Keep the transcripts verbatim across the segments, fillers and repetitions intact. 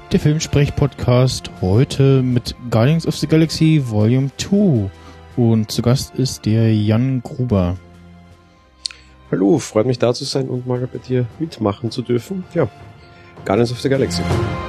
Der Filmsprech-Podcast heute mit Guardians of the Galaxy Volume zwei und zu Gast ist der Jan Gruber. Hallo, freut mich da zu sein und mal bei dir mitmachen zu dürfen. Ja, Guardians of the Galaxy.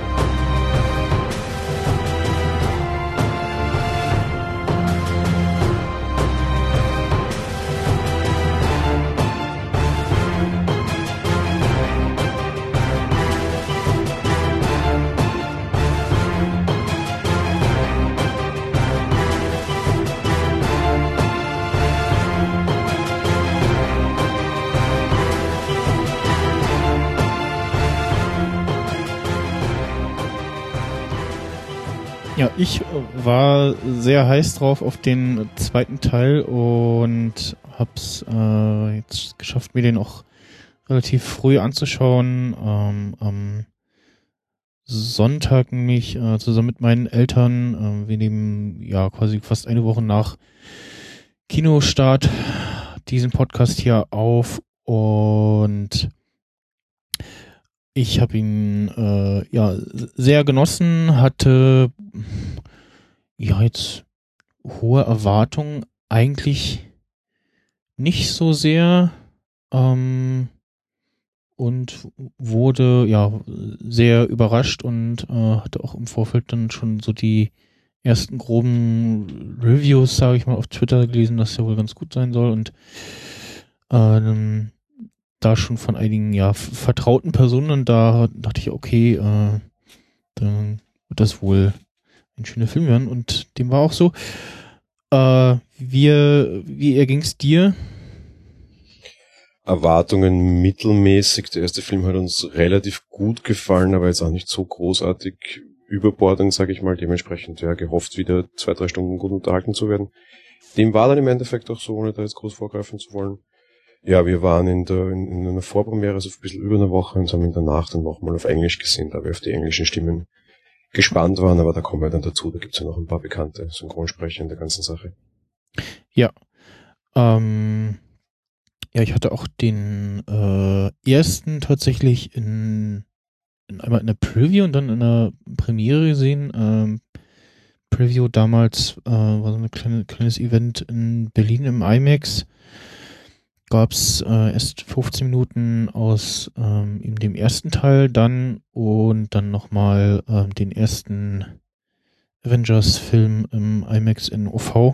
Ja, ich war sehr heiß drauf auf den zweiten Teil und hab's äh, jetzt geschafft, mir den auch relativ früh anzuschauen. Ähm, am Sonntag nämlich äh, zusammen mit meinen Eltern. Äh, wir nehmen ja quasi fast eine Woche nach Kinostart diesen Podcast hier auf und ich habe ihn äh, ja sehr genossen, hatte ja jetzt hohe Erwartungen eigentlich nicht so sehr ähm, und wurde ja sehr überrascht und äh, hatte auch im Vorfeld dann schon so die ersten groben Reviews, sage ich mal, auf Twitter gelesen, dass er wohl ganz gut sein soll und ähm, da schon von einigen ja vertrauten Personen und da dachte ich, okay, äh, dann wird das wohl ein schöner Film werden und dem war auch so. Äh, wie, wie erging's dir? Erwartungen mittelmäßig. Der erste Film hat uns relativ gut gefallen, aber jetzt auch nicht so großartig überbordend, sage ich mal. Dementsprechend ja gehofft, wieder zwei, drei Stunden gut unterhalten zu werden. Dem war dann im Endeffekt auch so, ohne da jetzt groß vorgreifen zu wollen. Ja, wir waren in der in, in einer Vorpremiere, also ein bisschen über eine Woche, und haben ihn danach dann nochmal auf Englisch gesehen, da wir auf die englischen Stimmen gespannt waren, aber da kommen wir dann dazu, da gibt's ja noch ein paar bekannte Synchronsprecher in der ganzen Sache. Ja, ähm, ja, ich hatte auch den äh, ersten tatsächlich in, in einmal in der Preview und dann in der Premiere gesehen. Ähm, Preview damals äh, war so ein kleine, kleines Event in Berlin im IMAX. Gab's äh, erst fünfzehn Minuten aus ähm, eben dem ersten Teil dann und dann nochmal ähm, den ersten Avengers-Film im IMAX in O V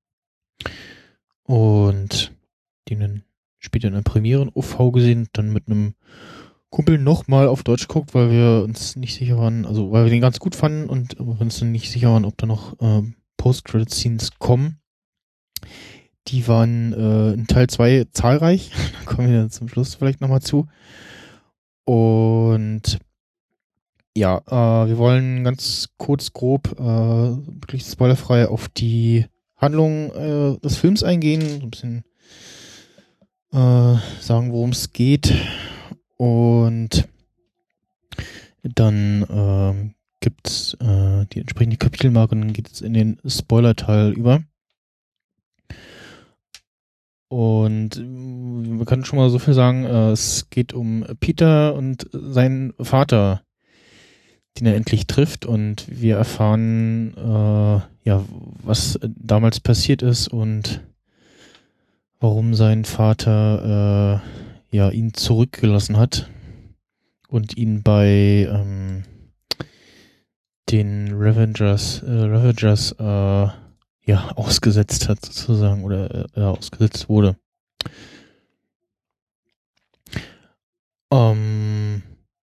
und den dann später in der Premiere in O V gesehen, dann mit einem Kumpel nochmal auf Deutsch geguckt, weil wir uns nicht sicher waren, also weil wir den ganz gut fanden und wir uns dann nicht sicher waren, ob da noch ähm, Post-Credit-Scenes kommen. Die waren äh, in Teil zwei zahlreich. Da kommen wir zum Schluss vielleicht nochmal zu. Und ja, äh, wir wollen ganz kurz, grob, äh, wirklich spoilerfrei auf die Handlung äh, des Films eingehen. So ein bisschen äh, sagen, worum es geht. Und dann äh, gibt's äh, die entsprechende Kapitelmarke und dann geht es in den Spoiler-Teil über. Und wir können schon mal so viel sagen, äh, es geht um Peter und seinen Vater, den er endlich trifft und wir erfahren, äh, ja, was damals passiert ist und warum sein Vater äh, ja ihn zurückgelassen hat und ihn bei ähm, den Ravengers, äh, Ravengers, äh, ja, ausgesetzt hat sozusagen oder äh, ausgesetzt wurde. Ähm,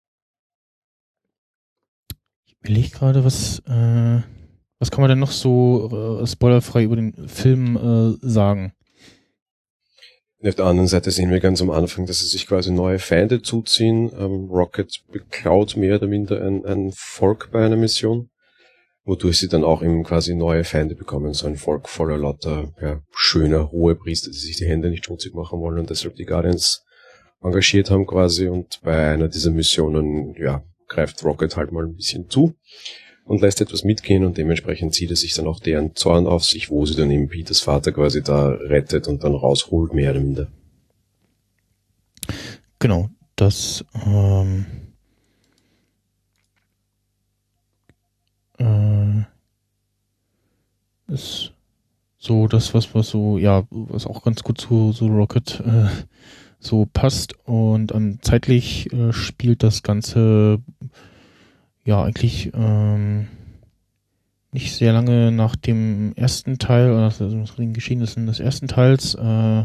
ich überlege gerade, was, äh, was kann man denn noch so äh, spoilerfrei über den Film äh, sagen? Auf der anderen Seite sehen wir ganz am Anfang, dass sie sich quasi neue Feinde zuziehen. Ähm, Rocket beklaut mehr oder minder ein, ein Volk bei einer Mission, wodurch sie dann auch eben quasi neue Feinde bekommen. So ein Volk voller lauter ja, schöner, hohe Priester, die sich die Hände nicht schmutzig machen wollen und deshalb die Guardians engagiert haben quasi. Und bei einer dieser Missionen, ja, greift Rocket halt mal ein bisschen zu und lässt etwas mitgehen und dementsprechend zieht er sich dann auch deren Zorn auf sich, wo sie dann eben Peters Vater quasi da rettet und dann rausholt, mehr oder minder. Genau, das ähm, äh, ist so das, was, was so, ja, was auch ganz gut zu so Rocket äh, so passt. Und ähm, zeitlich äh, spielt das Ganze ja eigentlich ähm, nicht sehr lange nach dem ersten Teil, oder also den Geschehnissen des ersten Teils. Äh,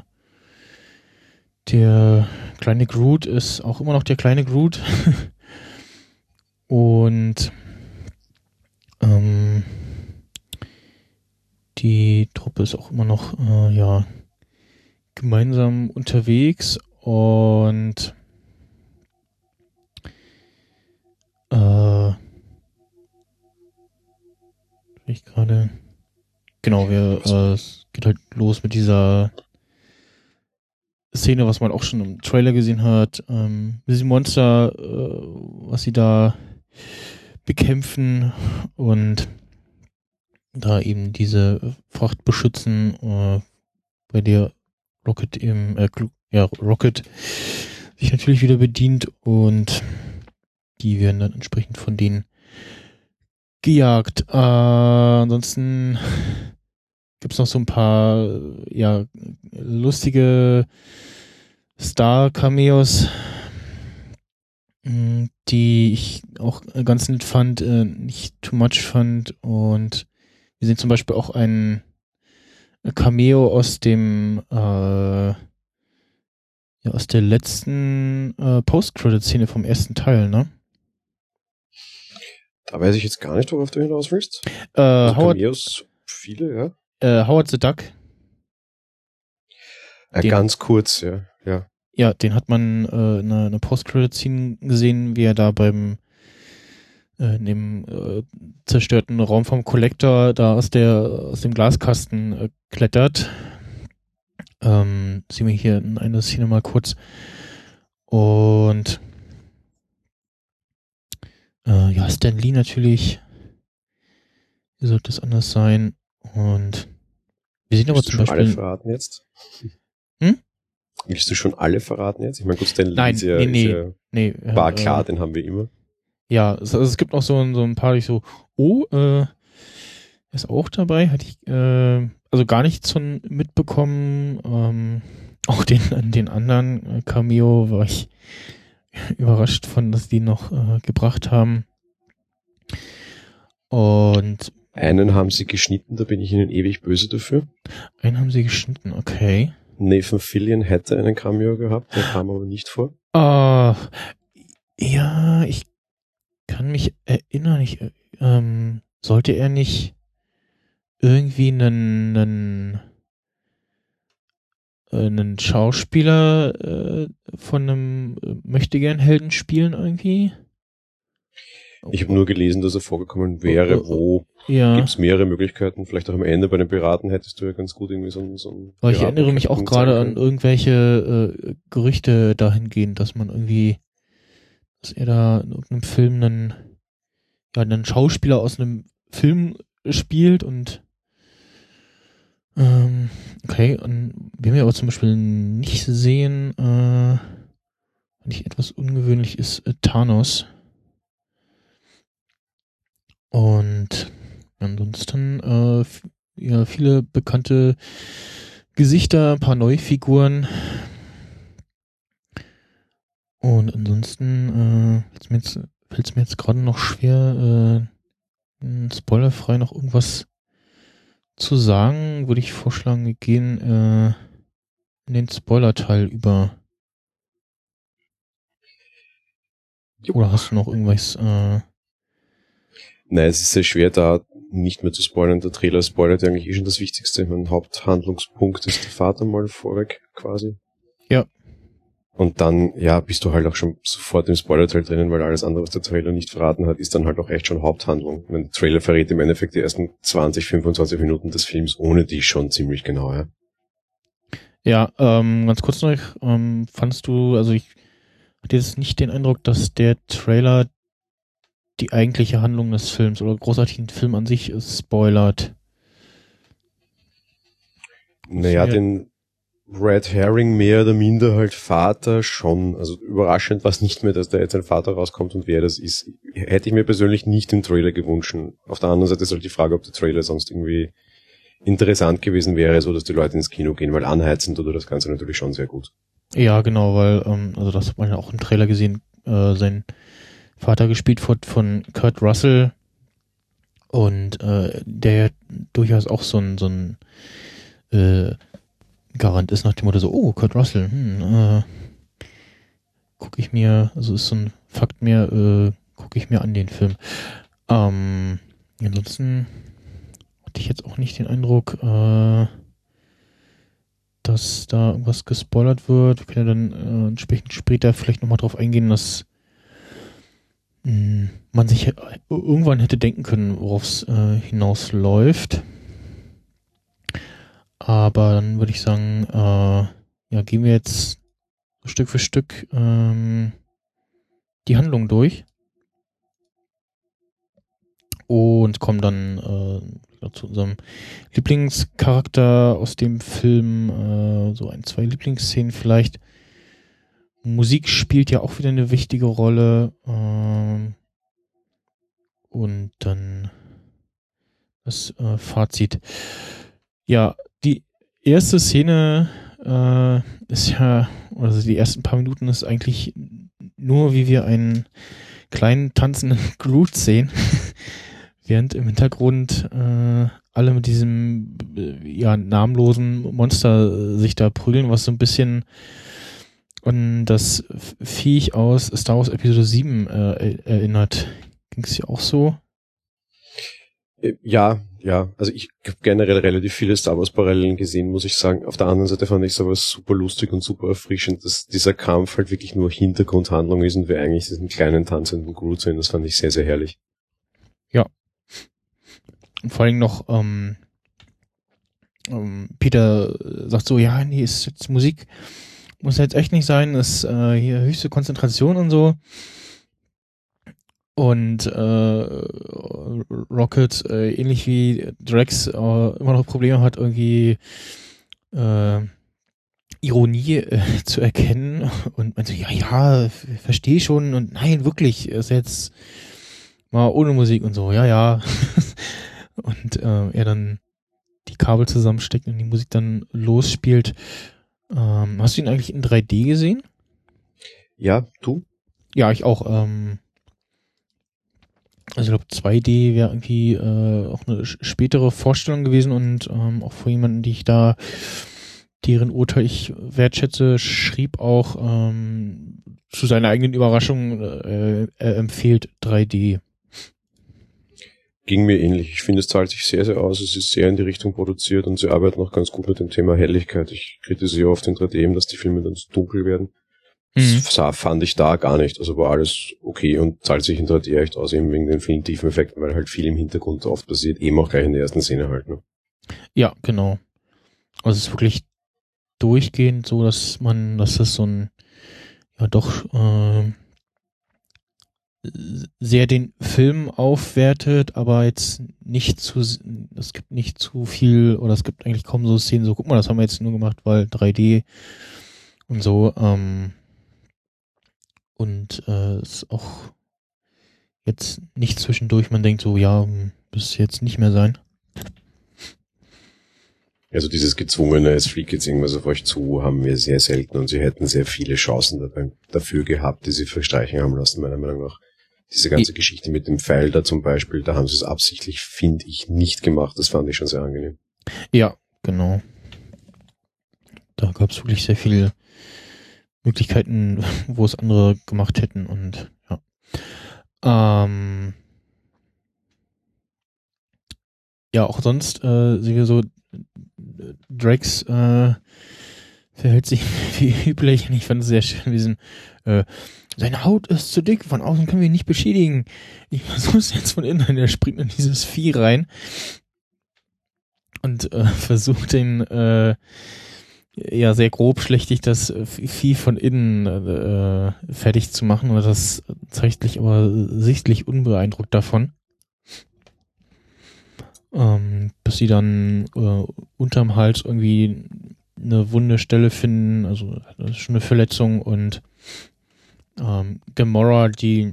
der kleine Groot ist auch immer noch der kleine Groot. Und ähm, die Truppe ist auch immer noch äh, ja gemeinsam unterwegs und äh, ich gerade genau, wir äh, es geht halt los mit dieser Szene, was man auch schon im Trailer gesehen hat, ähm, diese Monster, äh, was sie da bekämpfen und da eben diese Fracht beschützen, äh, bei der Rocket eben, äh, ja, Rocket sich natürlich wieder bedient und die werden dann entsprechend von denen gejagt. Äh, ansonsten gibt's noch so ein paar, ja, lustige Star-Cameos, die ich auch ganz nett fand, äh, nicht too much fand. Und wir sehen zum Beispiel auch ein Cameo aus dem äh, ja, aus der letzten äh, Post-Credit-Szene vom ersten Teil, ne? Da weiß ich jetzt gar nicht, worauf du hinaus willst. Äh, also Howard, Cameos, viele, ja. äh, Howard the Duck. Äh, Den- ganz kurz, ja. ja. Ja, den hat man äh, in einer eine Post-Credit-Scene gesehen, wie er da beim äh, in dem äh, zerstörten Raum vom Collector da aus der aus dem Glaskasten äh, klettert. Ähm, sehen wir hier in einer Szene mal kurz. Und äh, ja, Stan Lee natürlich. Wie sollte es anders sein? Und wir sehen aber Willst du zum schon alle Beispiel. verraten jetzt? Hm? Willst du schon alle verraten jetzt? Ich meine, gut, Stan Lee Nein, ist ja, nee, nee, ist ja nee. war äh, klar, den haben wir immer. Ja, es, also es gibt noch so, ein- so ein paar, die ich so, oh, äh, ist auch dabei, hatte ich äh, also gar nichts von mitbekommen. Ähm, auch den an den anderen äh, Cameo war ich überrascht von, dass die noch äh, gebracht haben. Und Einen haben sie geschnitten, da bin ich ihnen ewig böse dafür. einen haben sie geschnitten, okay. Nathan Fillion hätte einen Cameo gehabt, der kam aber nicht vor. Ah, ja, ich kann mich erinnern, ich, äh, ähm, sollte er nicht irgendwie einen, einen, äh, einen Schauspieler äh, von einem äh, Möchtegern-Helden spielen irgendwie? Ich habe nur gelesen, dass er vorgekommen wäre, wo Ja, gibt's mehrere Möglichkeiten. Vielleicht auch am Ende bei den Piraten hättest du ja ganz gut irgendwie so einen so einen aber ich erinnere mich auch Piraten-Captain gerade zeigen an können. irgendwelche äh, Gerüchte dahingehend, dass man irgendwie, dass er da in irgendeinem Film einen, ja, einen Schauspieler aus einem Film spielt und ähm, okay, und wen wir aber zum Beispiel nicht sehen, äh, nicht etwas ungewöhnlich ist, äh, Thanos. Und ansonsten äh, f- ja, viele bekannte Gesichter, ein paar neue Figuren. Und ansonsten äh, fällt mir jetzt, fällt's mir jetzt gerade noch schwer, äh, spoilerfrei noch irgendwas zu sagen. Würde ich vorschlagen, wir gehen äh, in den Spoiler-Teil über. Jo. Oder hast du noch irgendwas? Äh, Nein, es ist sehr schwer, da nicht mehr zu spoilern. Der Trailer spoilert ja eigentlich eh schon das Wichtigste. Mein Haupthandlungspunkt ist der Vater mal vorweg quasi. Ja. Und dann, ja, bist du halt auch schon sofort im Spoiler-Teil drinnen, weil alles andere, was der Trailer nicht verraten hat, ist dann halt auch echt schon Haupthandlung. Der Trailer verrät im Endeffekt die ersten zwanzig, fünfundzwanzig Minuten des Films ohne die schon ziemlich genau, ja. Ja, ähm, ganz kurz noch, ähm, fandst du, also ich hatte jetzt nicht den Eindruck, dass der Trailer die eigentliche Handlung des Films oder großartig den Film an sich spoilert. Naja, Ja. den, Red Herring mehr oder minder halt Vater schon. Also überraschend war es nicht mehr, dass da jetzt ein Vater rauskommt und wer das ist. Hätte ich mir persönlich nicht im Trailer gewünscht. Auf der anderen Seite ist halt die Frage, ob der Trailer sonst irgendwie interessant gewesen wäre, so dass die Leute ins Kino gehen, weil anheizend oder das Ganze natürlich schon sehr gut. Ja, genau, weil, ähm, also das hat man ja auch im Trailer gesehen, äh, sein Vater gespielt wird von Kurt Russell und äh, der durchaus auch so ein, so ein äh, Garant ist nach dem Motto so, oh, Kurt Russell, hm, äh, gucke ich mir, also ist so ein Fakt mehr, äh, gucke ich mir an den Film. Ähm, ansonsten hatte ich jetzt auch nicht den Eindruck, äh, dass da irgendwas gespoilert wird. Wir können ja dann äh, entsprechend später vielleicht nochmal drauf eingehen, dass mh, man sich h- irgendwann hätte denken können, worauf es äh, hinausläuft. Aber dann würde ich sagen, äh, ja, gehen wir jetzt Stück für Stück ähm, die Handlung durch und kommen dann äh, zu unserem Lieblingscharakter aus dem Film, äh, so ein, zwei Lieblingsszenen vielleicht. Musik spielt ja auch wieder eine wichtige Rolle. Ähm, und dann das äh, Fazit. Ja, die erste Szene äh, ist ja, also die ersten paar Minuten ist eigentlich nur, wie wir einen kleinen tanzenden Groot sehen, während im Hintergrund äh, alle mit diesem äh, ja namenlosen Monster äh, sich da prügeln, was so ein bisschen an das Viech aus Star Wars Episode sieben äh, erinnert. Ging es ja auch so? Äh, Ja, ja, also ich habe generell relativ viele Star Wars Parallelen gesehen, muss ich sagen. Auf der anderen Seite fand ich es aber super lustig und super erfrischend, dass dieser Kampf halt wirklich nur Hintergrundhandlung ist und wir eigentlich diesen kleinen tanzenden Groot sehen. Das fand ich sehr, sehr herrlich. Ja. Und vor allem noch, ähm, ähm, Peter sagt so, ja, nee, ist jetzt Musik, muss jetzt echt nicht sein, ist äh, hier höchste Konzentration und so. Und äh, Rocket, äh, ähnlich wie Drax, äh, immer noch Probleme hat, irgendwie äh, Ironie äh, zu erkennen. Und man so, ja, ja, verstehe schon. Und nein, wirklich, ist jetzt mal ohne Musik und so, ja, ja. Und äh, er dann die Kabel zusammensteckt und die Musik dann losspielt. Ähm, hast du ihn eigentlich in drei D gesehen? Ja, du? Ja, ich auch. Ähm, also ich glaube zwei D wäre irgendwie äh, auch eine sch- spätere Vorstellung gewesen und ähm, auch von jemandem, die ich da, deren Urteil ich wertschätze, schrieb auch ähm, zu seiner eigenen Überraschung, äh, er empfiehlt drei D. Ging mir ähnlich. Ich finde, es zahlt sich sehr, sehr aus. Es ist sehr in die Richtung produziert und sie arbeiten auch ganz gut mit dem Thema Helligkeit. Ich kritisiere oft in drei D, dass die Filme dann zu dunkel werden. Mhm. Das sah- fand ich da gar nicht. Also war alles okay und zahlt sich in drei D echt aus, eben wegen den vielen tiefen Effekten, weil halt viel im Hintergrund oft passiert, eben auch gleich in der ersten Szene halt. Ne? Ja, genau. Also es ist wirklich durchgehend so, dass man, dass das so ein, ja doch, äh, sehr den Film aufwertet, aber jetzt nicht zu, es gibt nicht zu viel oder es gibt eigentlich kaum so Szenen, so guck mal, das haben wir jetzt nur gemacht, weil drei D und so, ähm, und äh, ist auch jetzt nicht zwischendurch, man denkt so, ja, hm, muss jetzt nicht mehr sein. Also dieses gezwungene, es fliegt jetzt irgendwas auf euch zu, haben wir sehr selten und sie hätten sehr viele Chancen dabei, dafür gehabt, die sie verstreichen haben lassen, meiner Meinung nach. Diese ganze I- Geschichte mit dem Pfeil da zum Beispiel, da haben sie es absichtlich, finde ich, nicht gemacht. Das fand ich schon sehr angenehm. Ja, genau. Da gab es wirklich sehr viele Möglichkeiten, wo es andere gemacht hätten und ja. Ähm, ja, auch sonst äh, sehen wir so, Drax äh, verhält sich wie üblich und ich fand es sehr schön, wie diesen, äh, seine Haut ist zu dick, von außen können wir ihn nicht beschädigen. Ich versuche es jetzt von innen, er springt in dieses Vieh rein und äh, versucht den äh, ja sehr grobschlächtig das Vieh von innen äh, fertig zu machen, aber das zeigt sich aber sichtlich unbeeindruckt davon. Ähm, bis sie dann äh, unterm Hals irgendwie eine wunde Stelle finden, also das ist schon eine Verletzung und ähm, Gamora, die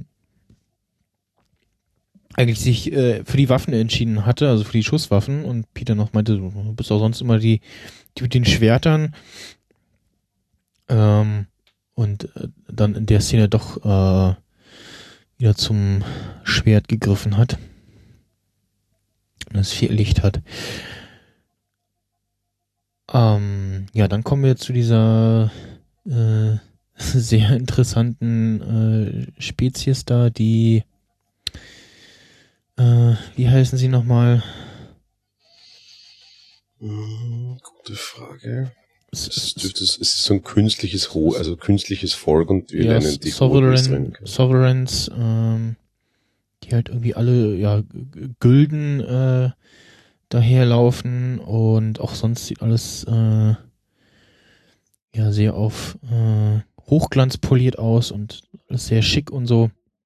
eigentlich sich äh, für die Waffen entschieden hatte, also für die Schusswaffen und Peter noch meinte, du bist auch sonst immer die, die mit den Schwertern ähm, und äh, dann in der Szene doch äh, wieder zum Schwert gegriffen hat und es viel Licht hat. Ähm, ja, dann kommen wir zu dieser äh, sehr interessanten äh, Spezies da, die äh, wie heißen sie nochmal? Hm, gute Frage. Es ist, es ist so ein künstliches Ho also künstliches Volk und wir ja, nennen die Sovereign, Sovereigns, ähm, die halt irgendwie alle ja Gülden äh, daherlaufen und auch sonst sieht alles äh, ja sehr auf äh, Hochglanz poliert aus und alles sehr schick und so.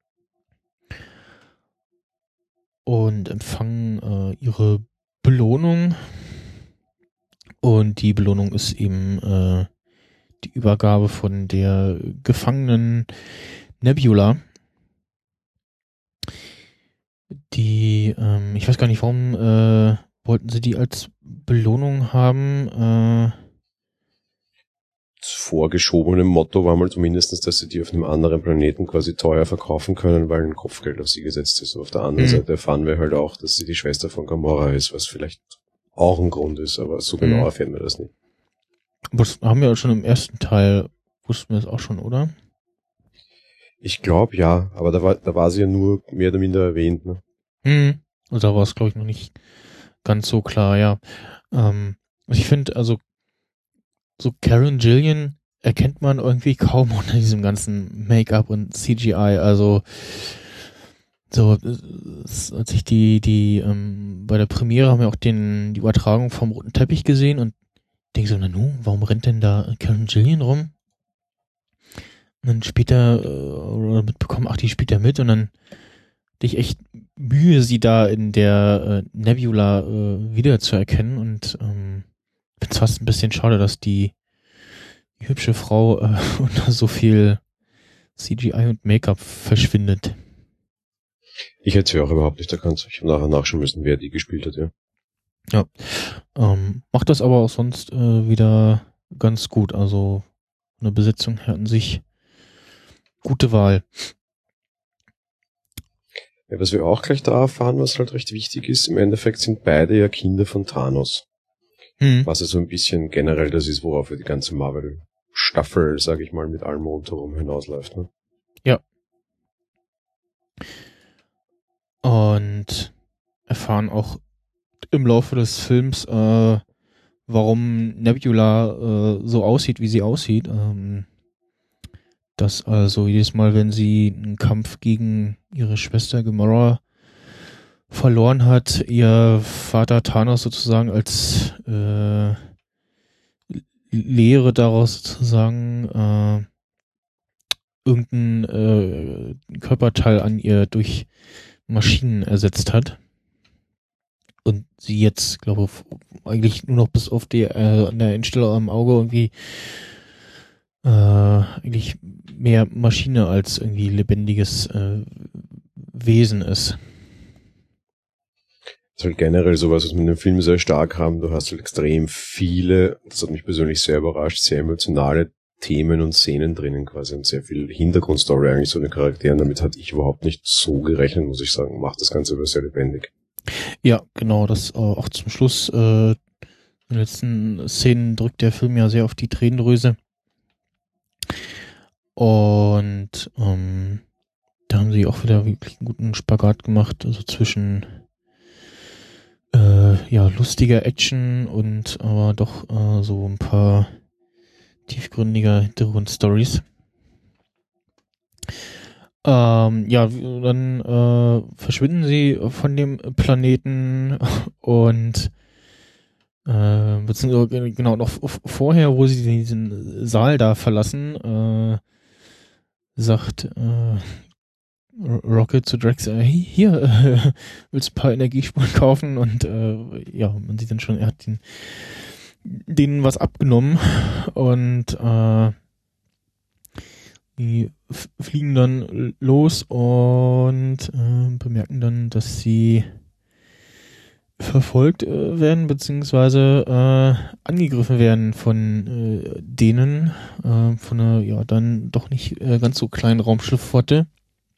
Und empfangen äh, ihre Belohnung. Und die Belohnung ist eben äh, die Übergabe von der gefangenen Nebula. Die, ähm, ich weiß gar nicht, warum äh, wollten sie die als Belohnung haben? Äh, Das vorgeschobene Motto war mal zumindestens, dass sie die auf einem anderen Planeten quasi teuer verkaufen können, weil ein Kopfgeld auf sie gesetzt ist. Auf der anderen Mhm. Seite erfahren wir halt auch, dass sie die Schwester von Gamora ist, was vielleicht auch ein Grund ist, aber so genau Mhm. erfahren wir das nicht. das haben wir ja schon im ersten Teil, wussten wir das auch schon, oder? Ich glaube ja, aber da war, da war sie ja nur mehr oder minder erwähnt. Ne? Mhm. Also da war es, glaube ich, noch nicht ganz so klar, ja. Ähm, ich finde, also so Karen Gillian erkennt man irgendwie kaum unter diesem ganzen Make-up und C G I. Also so, es- als ich die, die, ähm, bei der Premiere haben wir auch den, die Übertragung vom roten Teppich gesehen und denke so, na nu, warum rennt denn da Karen Gillian rum? Und dann später, äh, oder mitbekommen, ach, die spielt ja mit und dann hatte ich echt Mühe, sie da in der äh, Nebula äh, wiederzuerkennen und ähm, finde es fast ein bisschen schade, dass die, die hübsche Frau äh, unter so viel C G I und Make-up verschwindet. Ich hätte sie auch überhaupt nicht erkannt. Ich habe nachher nachschauen müssen, wer die gespielt hat, ja. Ja, ähm, macht das aber auch sonst äh, wieder ganz gut. Also eine Besetzung her an sich gute Wahl. Ja, was wir auch gleich da erfahren, was halt recht wichtig ist, im Endeffekt sind beide ja Kinder von Thanos. Hm. Was ja so ein bisschen generell das ist, worauf wir die ganze Marvel-Staffel, sage ich mal, mit allem rundherum hinausläuft. Ne? Ja. Und erfahren auch im Laufe des Films, äh, warum Nebula äh, so aussieht, wie sie aussieht. Ähm, dass also jedes Mal, wenn sie einen Kampf gegen ihre Schwester Gamora verloren hat, ihr Vater Thanos sozusagen als äh, Lehre daraus sozusagen äh, irgendein äh, Körperteil an ihr durch Maschinen ersetzt hat. Und sie jetzt, glaube ich, eigentlich nur noch bis auf die äh, an der Endstelle am Auge irgendwie äh, eigentlich mehr Maschine als irgendwie lebendiges äh, Wesen ist. Das ist halt generell sowas, was wir in dem Film sehr stark haben. Du hast halt extrem viele, das hat mich persönlich sehr überrascht, sehr emotionale Themen und Szenen drinnen quasi und sehr viel Hintergrundstory eigentlich so den Charakteren. Damit hatte ich überhaupt nicht so gerechnet, muss ich sagen. Macht das Ganze aber sehr lebendig. Ja, genau, das äh, auch zum Schluss, äh, in den letzten Szenen drückt der Film ja sehr auf die Tränendrüse. Und ähm, da haben sie auch wieder wirklich einen guten Spagat gemacht, also zwischen äh, ja, lustiger Action und aber doch äh, so ein paar tiefgründiger Hintergrundstories. Ähm, ja, dann äh, verschwinden sie von dem Planeten und äh, beziehungsweise genau noch vorher, wo sie diesen Saal da verlassen, äh, sagt äh, Rocket zu Drax, äh, hey, hier, äh, willst du ein paar Energiespuren kaufen? Und äh, ja, man sieht dann schon, er hat den denen was abgenommen und äh, die f- fliegen dann los und äh, bemerken dann, dass sie verfolgt äh, werden, beziehungsweise äh, angegriffen werden von äh, denen, äh, von einer ja dann doch nicht äh, ganz so kleinen Raumschiffflotte.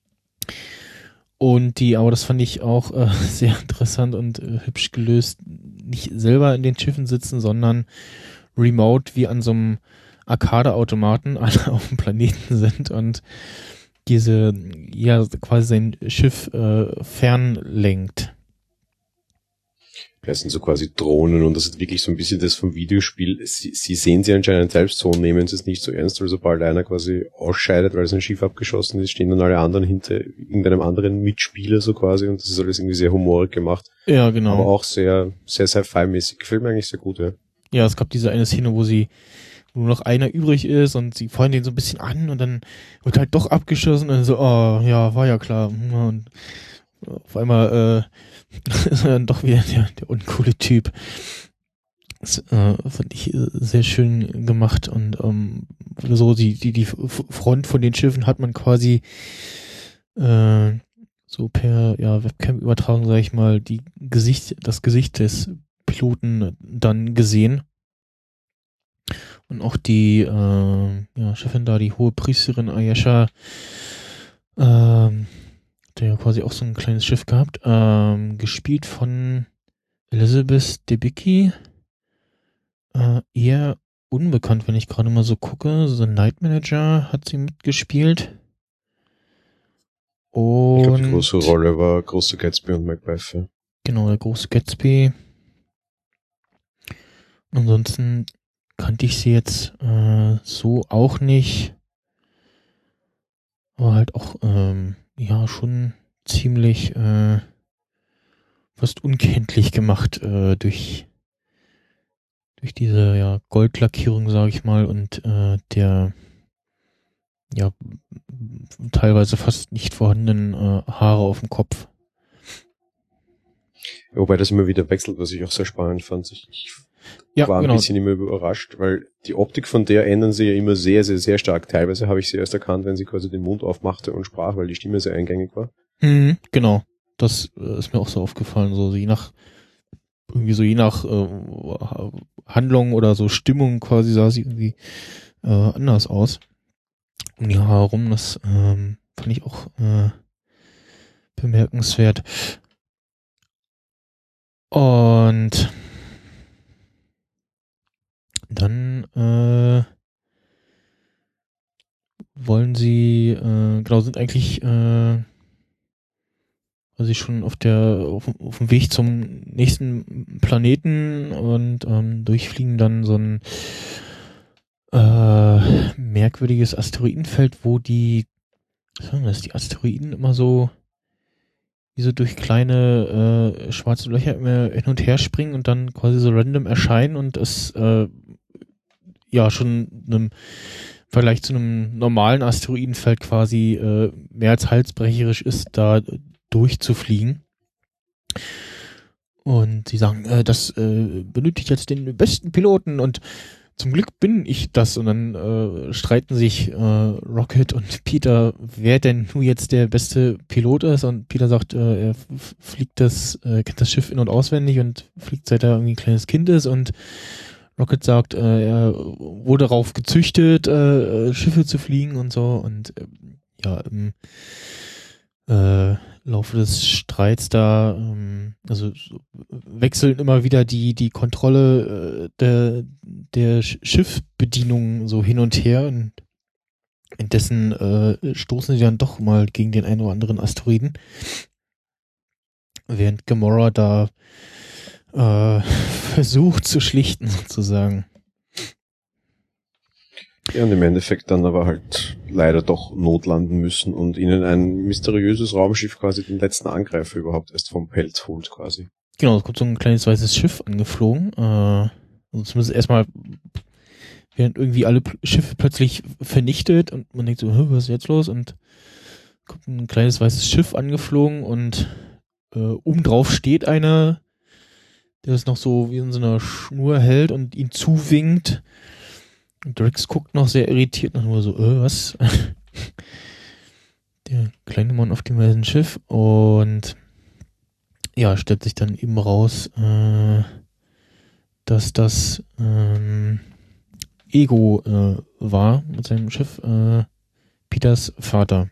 Und die, aber das fand ich auch äh, sehr interessant und äh, hübsch gelöst, nicht selber in den Schiffen sitzen, sondern remote wie an so einem Arcade-Automaten alle auf dem Planeten sind und diese, ja, quasi sein Schiff äh, fernlenkt. Das sind so quasi Drohnen und das ist wirklich so ein bisschen das vom Videospiel. Sie, sie sehen sie anscheinend selbst so und nehmen es nicht so ernst, weil sobald einer quasi ausscheidet, weil sein Schiff abgeschossen ist, stehen dann alle anderen hinter irgendeinem anderen Mitspieler so quasi und das ist alles irgendwie sehr humorig gemacht. Ja, genau. Aber auch sehr, sehr sci-fi-mäßig. Gefällt mir eigentlich sehr gut, ja. Ja, es gab diese eine Szene, wo sie, wo nur noch einer übrig ist und sie feuern den so ein bisschen an und dann wird halt doch abgeschossen und dann so, oh, ja, war ja klar. Und auf einmal, äh, ist er dann doch wieder der, der uncoole Typ. Das äh, fand ich sehr schön gemacht und ähm, so die, die, die Front von den Schiffen hat man quasi äh, so per ja, Webcam-Übertragung, sag ich mal, die Gesicht, das Gesicht des Piloten dann gesehen. Und auch die äh, ja, Chefin da, die hohe Priesterin Ayesha, ähm, der quasi auch so ein kleines Schiff gehabt, ähm, gespielt von Elizabeth Debicki, äh, eher unbekannt, wenn ich gerade mal so gucke. The Night Manager hat sie mitgespielt. Und ich glaube, die große Rolle war Große Gatsby und Macbeth. Ja. Genau, der Große Gatsby. Ansonsten kannte ich sie jetzt äh, so auch nicht. Aber halt auch, ähm, ja, schon ziemlich äh, fast unkenntlich gemacht äh, durch durch diese ja Goldlackierung, sage ich mal, und äh, der ja teilweise fast nicht vorhandenen äh, Haare auf dem Kopf. Wobei das immer wieder wechselt, was ich auch sehr spannend fand. Ich, ich ja, war ein genau. bisschen immer überrascht, weil die Optik von der ändern sie ja immer sehr, sehr, sehr stark. Teilweise habe ich sie erst erkannt, wenn sie quasi den Mund aufmachte und sprach, weil die Stimme sehr eingängig war. Mhm, genau. Das äh, ist mir auch so aufgefallen, so je nach irgendwie so je nach äh, Handlung oder so Stimmung quasi sah sie irgendwie äh, anders aus. Um die Haare rum, das ähm, fand ich auch äh, bemerkenswert. Und dann äh, wollen sie, äh, genau, sind eigentlich äh, also schon auf der auf, auf dem Weg zum nächsten Planeten und ähm, durchfliegen dann so ein äh, merkwürdiges Asteroidenfeld, wo die, was sagen wir das, die Asteroiden immer so wie so durch kleine äh, schwarze Löcher immer hin und her springen und dann quasi so random erscheinen und es äh, ja schon einem Vergleich zu einem normalen Asteroidenfeld quasi äh, mehr als halsbrecherisch ist, da durchzufliegen. Und sie sagen, äh, das äh, benötigt jetzt den besten Piloten und zum Glück bin ich das. Und dann äh, streiten sich äh, Rocket und Peter, wer denn nun jetzt der beste Pilot ist. Und Peter sagt, äh, er f- fliegt das, äh, kennt das Schiff in- und auswendig und fliegt seit er irgendwie ein kleines Kind ist. Und Rocket sagt, äh, er wurde darauf gezüchtet, äh, Schiffe zu fliegen und so. Und äh, ja, im äh, Laufe des Streits da, ähm, also so wechseln immer wieder die die Kontrolle äh, der der Schiffbedienung so hin und her und indessen äh, stoßen sie dann doch mal gegen den einen oder anderen Asteroiden, während Gamora da äh, versucht zu schlichten sozusagen. Ja, und im Endeffekt dann aber halt leider doch notlanden müssen und ihnen ein mysteriöses Raumschiff quasi den letzten Angreifer überhaupt erst vom Pelz holt quasi. Genau, es kommt so ein kleines weißes Schiff angeflogen. Äh, also zumindest erstmal werden irgendwie alle P- Schiffe plötzlich vernichtet und man denkt so, "Hä, was ist jetzt los?" Und kommt ein kleines weißes Schiff angeflogen und äh, oben drauf steht einer, der das noch so wie in so einer Schnur hält und ihn zuwinkt. Und Drax guckt noch sehr irritiert nach, nur so, äh, was? Der kleine Mann auf dem weißen Schiff. Und ja, stellt sich dann eben raus, äh, dass das ähm, Ego äh, war mit seinem Schiff, äh, Peters Vater.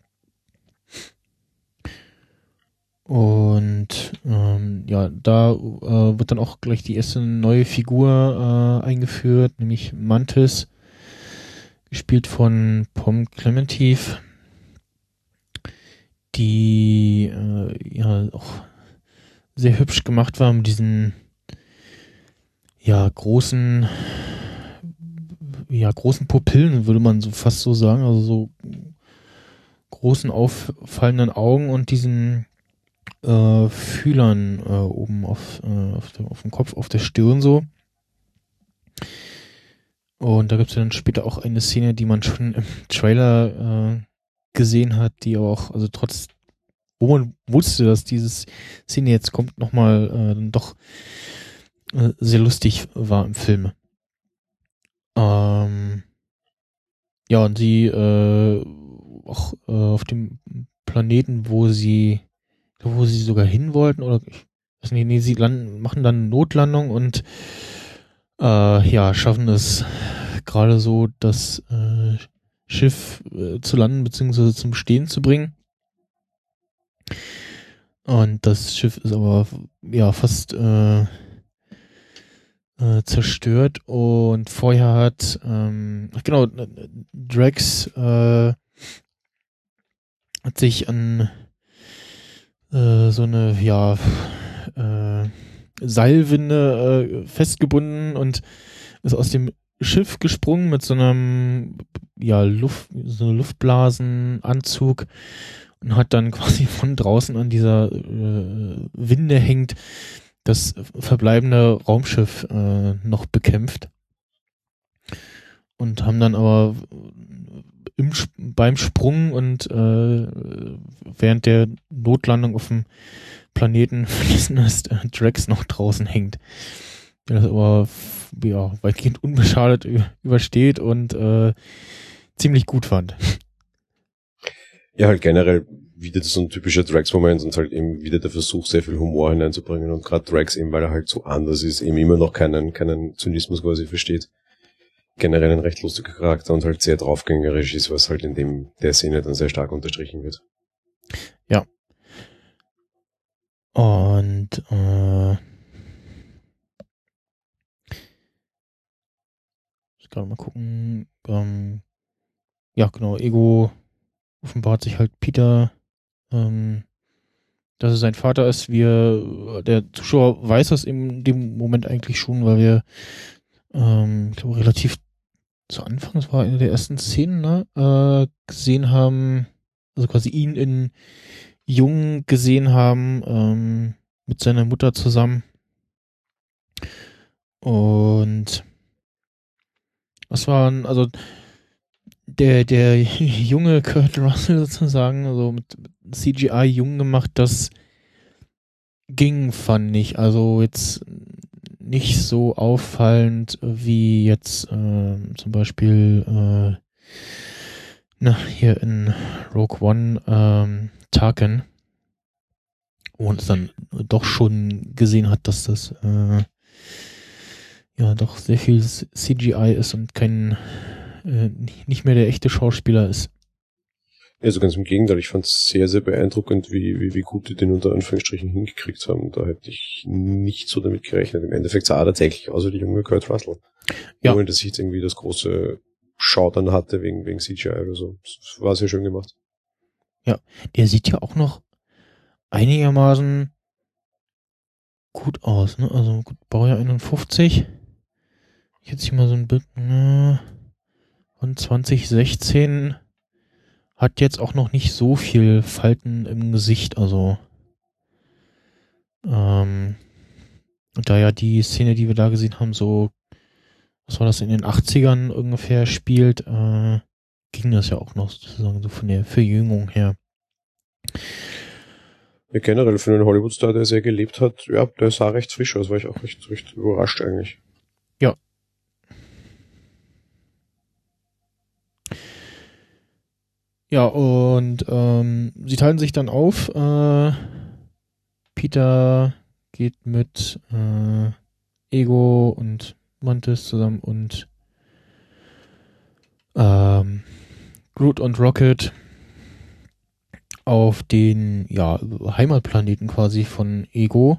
Und ähm, ja, da äh, wird dann auch gleich die erste neue Figur äh, eingeführt, nämlich Mantis, gespielt von Pom Klementif, die äh, ja auch sehr hübsch gemacht war mit diesen ja großen ja großen Pupillen, würde man so fast so sagen, also so großen auffallenden Augen und diesen äh, Fühlern äh, oben auf, äh, auf, dem, auf dem Kopf, auf der Stirn so. Und da gibt es dann später auch eine Szene, die man schon im Trailer äh, gesehen hat, die aber auch, also trotz, wo man wusste, dass diese Szene jetzt kommt, nochmal äh, dann doch äh, sehr lustig war im Film. Ähm, ja, und sie äh, auch äh, auf dem Planeten, wo sie wo sie sogar hin wollten, oder nee, nee, sie landen, machen dann Notlandung und äh, ja, schaffen es gerade so, das äh, Schiff äh, zu landen, beziehungsweise zum Stehen zu bringen. Und das Schiff ist aber ja fast äh, äh, zerstört und vorher hat ähm, genau, Drax äh, hat sich an so eine, ja, äh, Seilwinde äh, festgebunden und ist aus dem Schiff gesprungen mit so einem, ja, Luft, so einem Luftblasenanzug und hat dann quasi von draußen an dieser äh, Winde hängt das verbleibende Raumschiff äh, noch bekämpft. Und haben dann aber im, beim Sprung und äh, während der Notlandung auf dem Planeten vergessen, dass äh, Drax noch draußen hängt. Der das aber ja, weitgehend unbeschadet übersteht und äh, ziemlich gut fand. Ja, halt generell wieder so ein typischer Drax-Moment und halt eben wieder der Versuch, sehr viel Humor hineinzubringen und gerade Drax eben, weil er halt so anders ist, eben immer noch keinen, keinen Zynismus quasi versteht. Generell ein recht lustiger Charakter und halt sehr draufgängerisch ist, was halt in dem der Szene dann sehr stark unterstrichen wird. Ja. Und äh, ich kann mal gucken. Ähm, ja, genau, Ego offenbart sich halt Peter, ähm, dass er sein Vater ist. Wir, der Zuschauer weiß das in dem Moment eigentlich schon, weil wir ähm, ich glaube relativ zu Anfang, das war eine der ersten Szenen, ne, äh, gesehen haben, also quasi ihn in Jung gesehen haben, ähm, mit seiner Mutter zusammen. Und was waren, also der, der junge Kurt Russell sozusagen, also mit C G I jung gemacht, das ging, fand ich. Also jetzt nicht so auffallend wie jetzt äh, zum Beispiel äh, na, hier in Rogue One ähm, Tarkin, wo man es dann doch schon gesehen hat, dass das äh, ja doch sehr viel C G I ist und kein äh, nicht mehr der echte Schauspieler ist. Also ganz im Gegenteil, ich fand es sehr, sehr beeindruckend, wie, wie, wie gut die den unter Anführungsstrichen hingekriegt haben. Da hätte ich nicht so damit gerechnet. Im Endeffekt sah er tatsächlich aus wie der junge Kurt Russell. Ja. Ohne dass ich jetzt irgendwie das große Schaudern hatte wegen, wegen C G I oder so. Das war sehr schön gemacht. Ja, der sieht ja auch noch einigermaßen gut aus, ne? Also gut, Baujahr einundfünfzig. Jetzt hier mal so ein Bild ne, von zwanzig sechzehn. Hat jetzt auch noch nicht so viel Falten im Gesicht, also ähm, und da ja die Szene, die wir da gesehen haben, so, was war das, in den achtzigern ungefähr spielt, äh, ging das ja auch noch sozusagen so von der Verjüngung her. Ja, generell für einen Hollywood-Star, der sehr gelebt hat, ja, der sah recht frisch aus, war ich auch recht, recht überrascht eigentlich. Ja. Ja, und ähm, sie teilen sich dann auf. Äh, Peter geht mit äh, Ego und Mantis zusammen und ähm, Groot und Rocket auf den ja, Heimatplaneten quasi von Ego.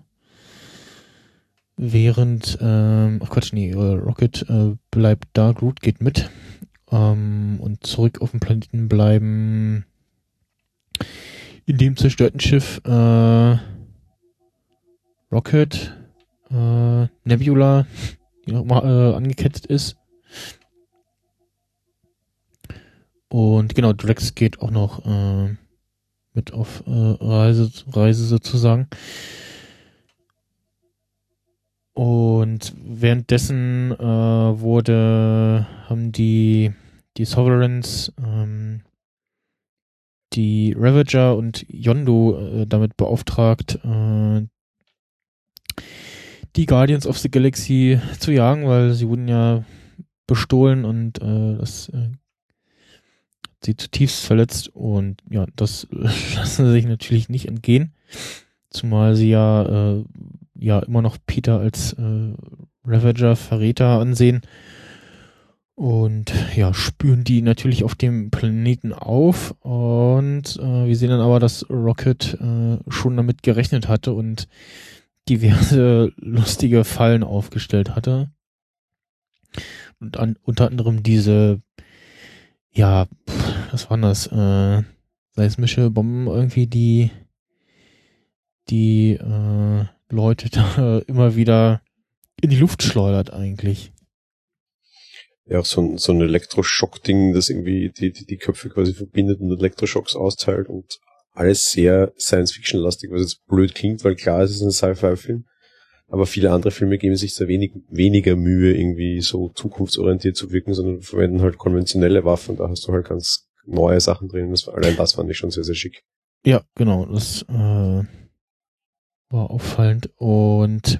Während, ähm, ach Quatsch, nee, Rocket äh, bleibt da, Groot geht mit. Ähm, und zurück auf dem Planeten bleiben in dem zerstörten Schiff äh, Rocket, äh, Nebula, die nochmal äh, angekettet ist. Und genau, Drax geht auch noch äh, mit auf äh, Reise, Reise sozusagen. Und währenddessen äh, wurde, haben die, die Sovereigns ähm, die Ravager und Yondu äh, damit beauftragt, äh, die Guardians of the Galaxy zu jagen, weil sie wurden ja bestohlen und äh, das äh, sie zutiefst verletzt und ja, das lassen sie sich natürlich nicht entgehen, zumal sie ja äh, ja immer noch Peter als äh, Ravager-Verräter ansehen und ja, spüren die natürlich auf dem Planeten auf und äh, wir sehen dann aber, dass Rocket äh, schon damit gerechnet hatte und diverse lustige Fallen aufgestellt hatte. Und an, unter anderem diese, ja, pff, was waren das, äh, seismische Bomben irgendwie, die die äh, Leute da immer wieder in die Luft schleudert eigentlich. Ja, auch so ein, so ein Elektroschock-Ding, das irgendwie die, die, die Köpfe quasi verbindet und Elektroschocks austeilt und alles sehr Science-Fiction-lastig, was jetzt blöd klingt, weil klar, es ist ein Sci-Fi-Film, aber viele andere Filme geben sich da wenig, weniger Mühe, irgendwie so zukunftsorientiert zu wirken, sondern verwenden halt konventionelle Waffen, da hast du halt ganz neue Sachen drin, das, allein das fand ich schon sehr, sehr schick. Ja, genau, das äh, war auffallend und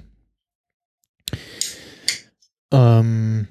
ähm,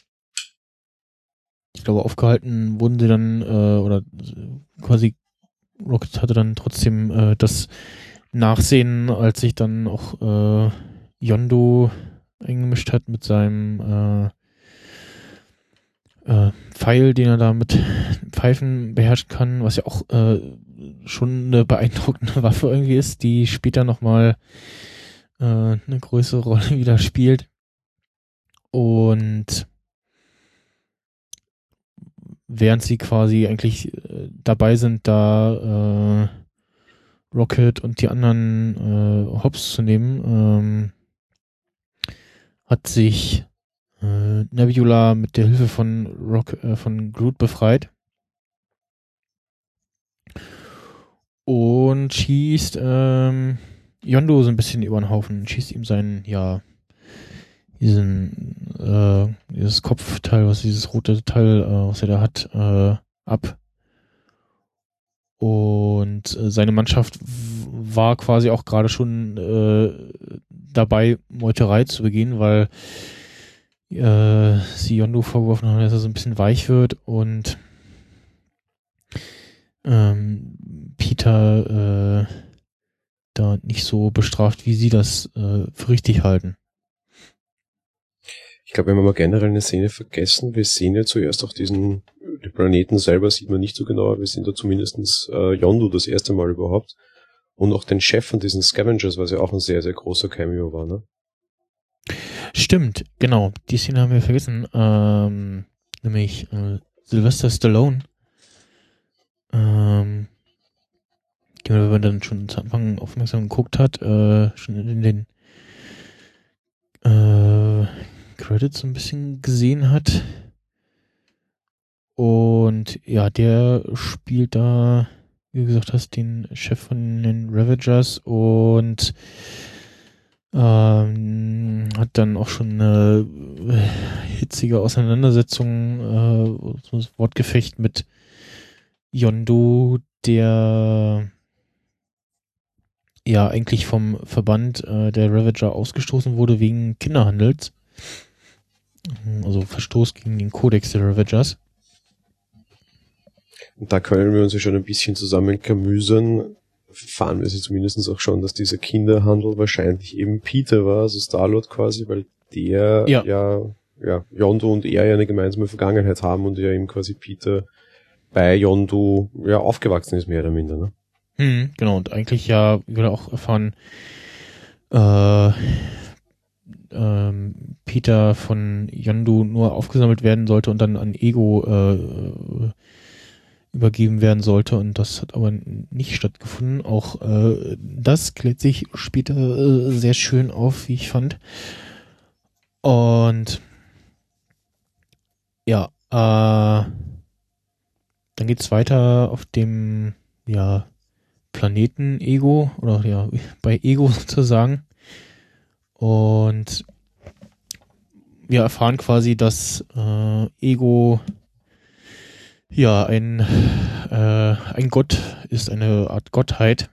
ich glaube, aufgehalten wurden sie dann, äh, oder quasi Rocket hatte dann trotzdem äh, das Nachsehen, als sich dann auch äh, Yondu eingemischt hat mit seinem äh, äh, Pfeil, den er da mit Pfeifen beherrschen kann, was ja auch äh, schon eine beeindruckende Waffe irgendwie ist, die später nochmal äh, eine größere Rolle wieder spielt. Und während sie quasi eigentlich äh, dabei sind, da äh, Rocket und die anderen äh, Hops zu nehmen, ähm, hat sich äh, Nebula mit der Hilfe von Rock, äh, von Groot befreit und schießt ähm, Yondu so ein bisschen über den Haufen, schießt ihm seinen, ja, diesen, äh, dieses Kopfteil, was dieses rote Teil, äh, was er da hat, äh, ab. Und äh, seine Mannschaft w- war quasi auch gerade schon äh, dabei, Meuterei zu begehen, weil äh, sie Yondu vorgeworfen haben, dass er so ein bisschen weich wird und ähm, Peter äh, da nicht so bestraft, wie sie das äh, für richtig halten. Ich glaube, wenn wir mal generell eine Szene vergessen, wir sehen ja zuerst auch diesen, den Planeten selber sieht man nicht so genau, aber wir sehen da zumindest äh, Yondu das erste Mal überhaupt. Und auch den Chef von diesen Scavengers, was ja auch ein sehr, sehr großer Cameo war, ne? Stimmt, genau. Die Szene haben wir vergessen. Ähm, nämlich äh, Sylvester Stallone. Ähm, wenn man dann schon zu Anfang aufmerksam geguckt hat, äh, schon in den äh, Credits so ein bisschen gesehen hat. Und ja, der spielt da, wie du gesagt hast, den Chef von den Ravagers und ähm, hat dann auch schon eine hitzige Auseinandersetzung, äh, so ein Wortgefecht mit Yondu, der ja eigentlich vom Verband äh, der Ravager ausgestoßen wurde wegen Kinderhandels. Also Verstoß gegen den Kodex der Ravagers. Und da können wir uns ja schon ein bisschen zusammenklamüsern. Fahren wir sie zumindest auch schon, dass dieser Kinderhandel wahrscheinlich eben Peter war, also Star-Lord quasi, weil der ja, ja, ja Yondu und er ja eine gemeinsame Vergangenheit haben und ja eben quasi Peter bei Yondu ja aufgewachsen ist, mehr oder minder, ne? Hm, genau, und eigentlich ja, wie wir auch erfahren, äh, ähm, Peter von Yondu nur aufgesammelt werden sollte und dann an Ego äh, übergeben werden sollte, und das hat aber nicht stattgefunden. Auch äh, das klärt sich später äh, sehr schön auf, wie ich fand. Und ja, äh, dann geht's weiter auf dem ja Planeten Ego, oder ja bei Ego sozusagen, und wir erfahren quasi, dass äh, Ego ja ein äh, ein Gott ist, eine Art Gottheit,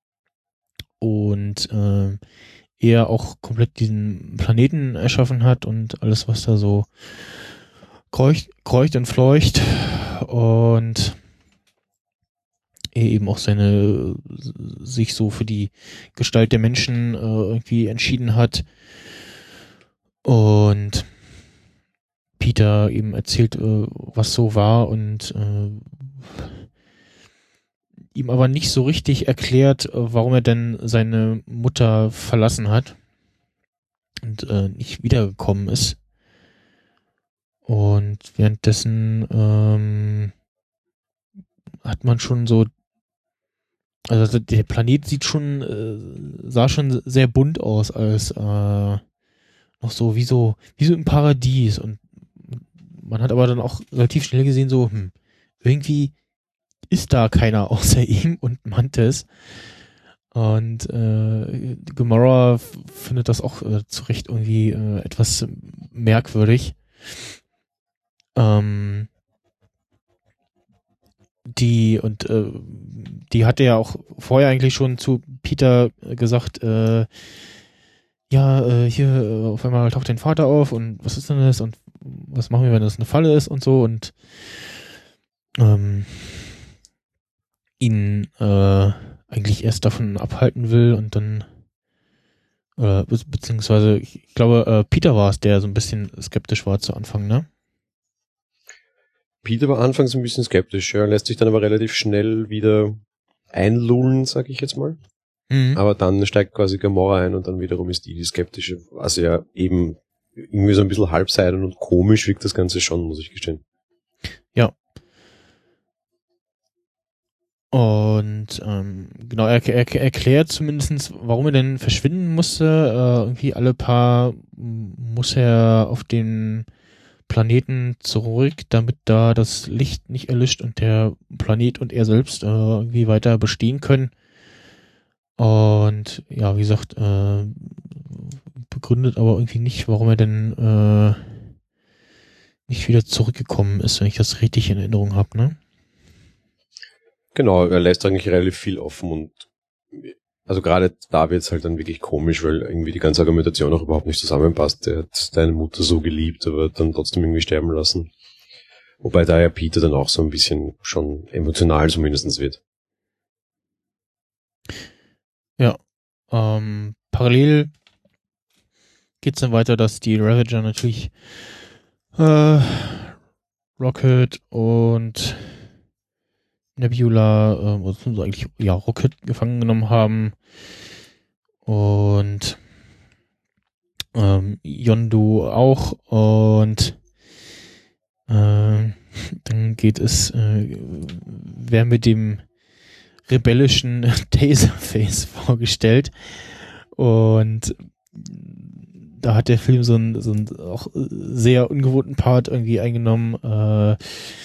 und äh, er auch komplett diesen Planeten erschaffen hat und alles, was da so kreucht, kreucht und fleucht, und er eben auch seine sich so für die Gestalt der Menschen äh, irgendwie entschieden hat. Und Peter eben erzählt, äh, was so war, und äh, ihm aber nicht so richtig erklärt, äh, warum er denn seine Mutter verlassen hat und äh, nicht wiedergekommen ist. Und währenddessen ähm, hat man schon so, also der Planet sieht schon, äh, sah schon sehr bunt aus, als äh, noch so wie so, wie so im Paradies, und man hat aber dann auch relativ schnell gesehen, so, hm, irgendwie ist da keiner außer ihm und Mantis. Und äh, Gamora f- findet das auch äh, zu Recht irgendwie äh, etwas merkwürdig. Ähm, die und äh, die hatte ja auch vorher eigentlich schon zu Peter gesagt, äh, ja, äh, hier äh, auf einmal taucht dein Vater auf, und was ist denn das, und was machen wir, wenn das eine Falle ist und so, und ähm, ihn äh, eigentlich erst davon abhalten will, und dann äh, be- beziehungsweise ich glaube, äh, Peter war es, der so ein bisschen skeptisch war zu Anfang, ne? Peter war anfangs ein bisschen skeptisch, ja, lässt sich dann aber relativ schnell wieder einlullen, sag ich jetzt mal. Mhm. Aber dann steigt quasi Gamora ein und dann wiederum ist die die skeptische, was ja eben irgendwie so ein bisschen halbseidend und komisch wirkt das Ganze schon, muss ich gestehen. Ja. Und ähm, genau, er, er erklärt zumindest, warum er denn verschwinden musste. Äh, irgendwie alle paar muss er auf den Planeten zurück, damit da das Licht nicht erlischt und der Planet und er selbst äh, irgendwie weiter bestehen können. Und ja, wie gesagt, äh, begründet aber irgendwie nicht, warum er denn äh, nicht wieder zurückgekommen ist, wenn ich das richtig in Erinnerung habe, ne? Genau, er lässt eigentlich relativ viel offen und also gerade da wird's halt dann wirklich komisch, weil irgendwie die ganze Argumentation auch überhaupt nicht zusammenpasst. Er hat deine Mutter so geliebt, aber dann trotzdem irgendwie sterben lassen. Wobei da ja Peter dann auch so ein bisschen schon emotional zumindest wird. Ja. Ähm, parallel geht's dann weiter, dass die Ravager natürlich äh, Rocket und Nebula, äh, also eigentlich ja Rocket gefangen genommen haben, und ähm, Yondu auch, und äh, dann geht es, äh, wer mit dem rebellischen Taserface vorgestellt, und da hat der Film so einen, so einen auch sehr ungewohnten Part irgendwie eingenommen, äh,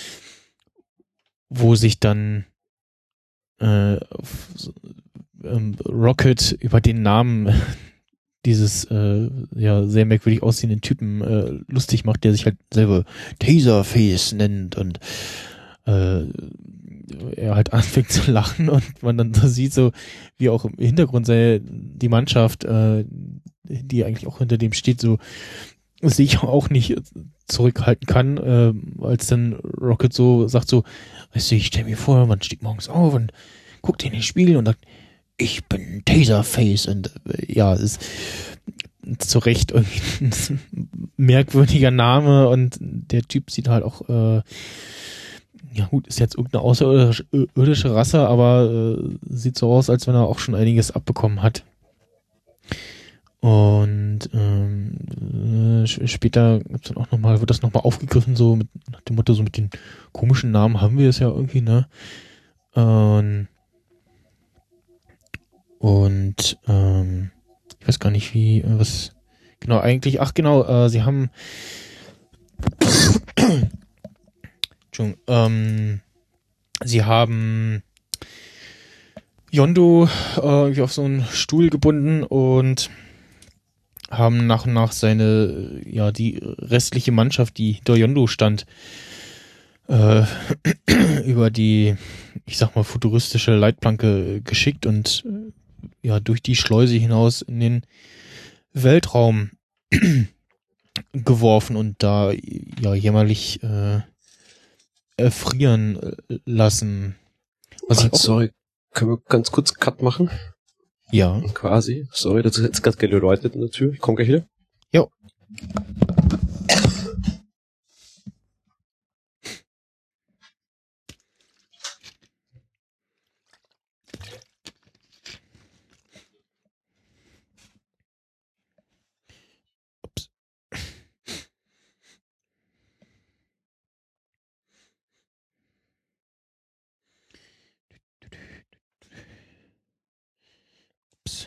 wo sich dann äh, ähm, Rocket über den Namen dieses äh, ja sehr merkwürdig aussehenden Typen äh, lustig macht, der sich halt selber Taserface nennt, und äh, er halt anfängt zu lachen und man dann so sieht, so wie auch im Hintergrund seine, die Mannschaft, äh, die eigentlich auch hinter dem steht, so sich auch nicht zurückhalten kann, äh, als dann Rocket so sagt so, weißt du, ich stell mir vor, man steht morgens auf und guckt in den Spiegel und sagt, ich bin Taserface und äh, ja, es ist zu Recht irgendwie ein merkwürdiger Name und der Typ sieht halt auch, äh, ja gut, ist jetzt irgendeine außerirdische Rasse, aber äh, sieht so aus, als wenn er auch schon einiges abbekommen hat. Und ähm, äh, später gibt's dann auch nochmal, wird das nochmal aufgegriffen, so mit nach dem Motto, so mit den komischen Namen haben wir es ja irgendwie, ne? Und, und ähm, ich weiß gar nicht, wie, äh, was, genau, eigentlich, ach genau, äh, sie haben Entschuldigung, ähm, sie haben Yondu äh, irgendwie auf so einen Stuhl gebunden und haben nach und nach seine, ja, die restliche Mannschaft, die hinter Yondu stand, äh, über die, ich sag mal, futuristische Leitplanke geschickt und äh, ja, durch die Schleuse hinaus in den Weltraum geworfen und da ja jämmerlich äh, erfrieren lassen. Was ich auch, sorry, können wir ganz kurz Cut machen? Ja. Quasi. Sorry, das ist jetzt gerade geläutet in der Tür. Ich komme gleich wieder. Jo. Ups. Ups.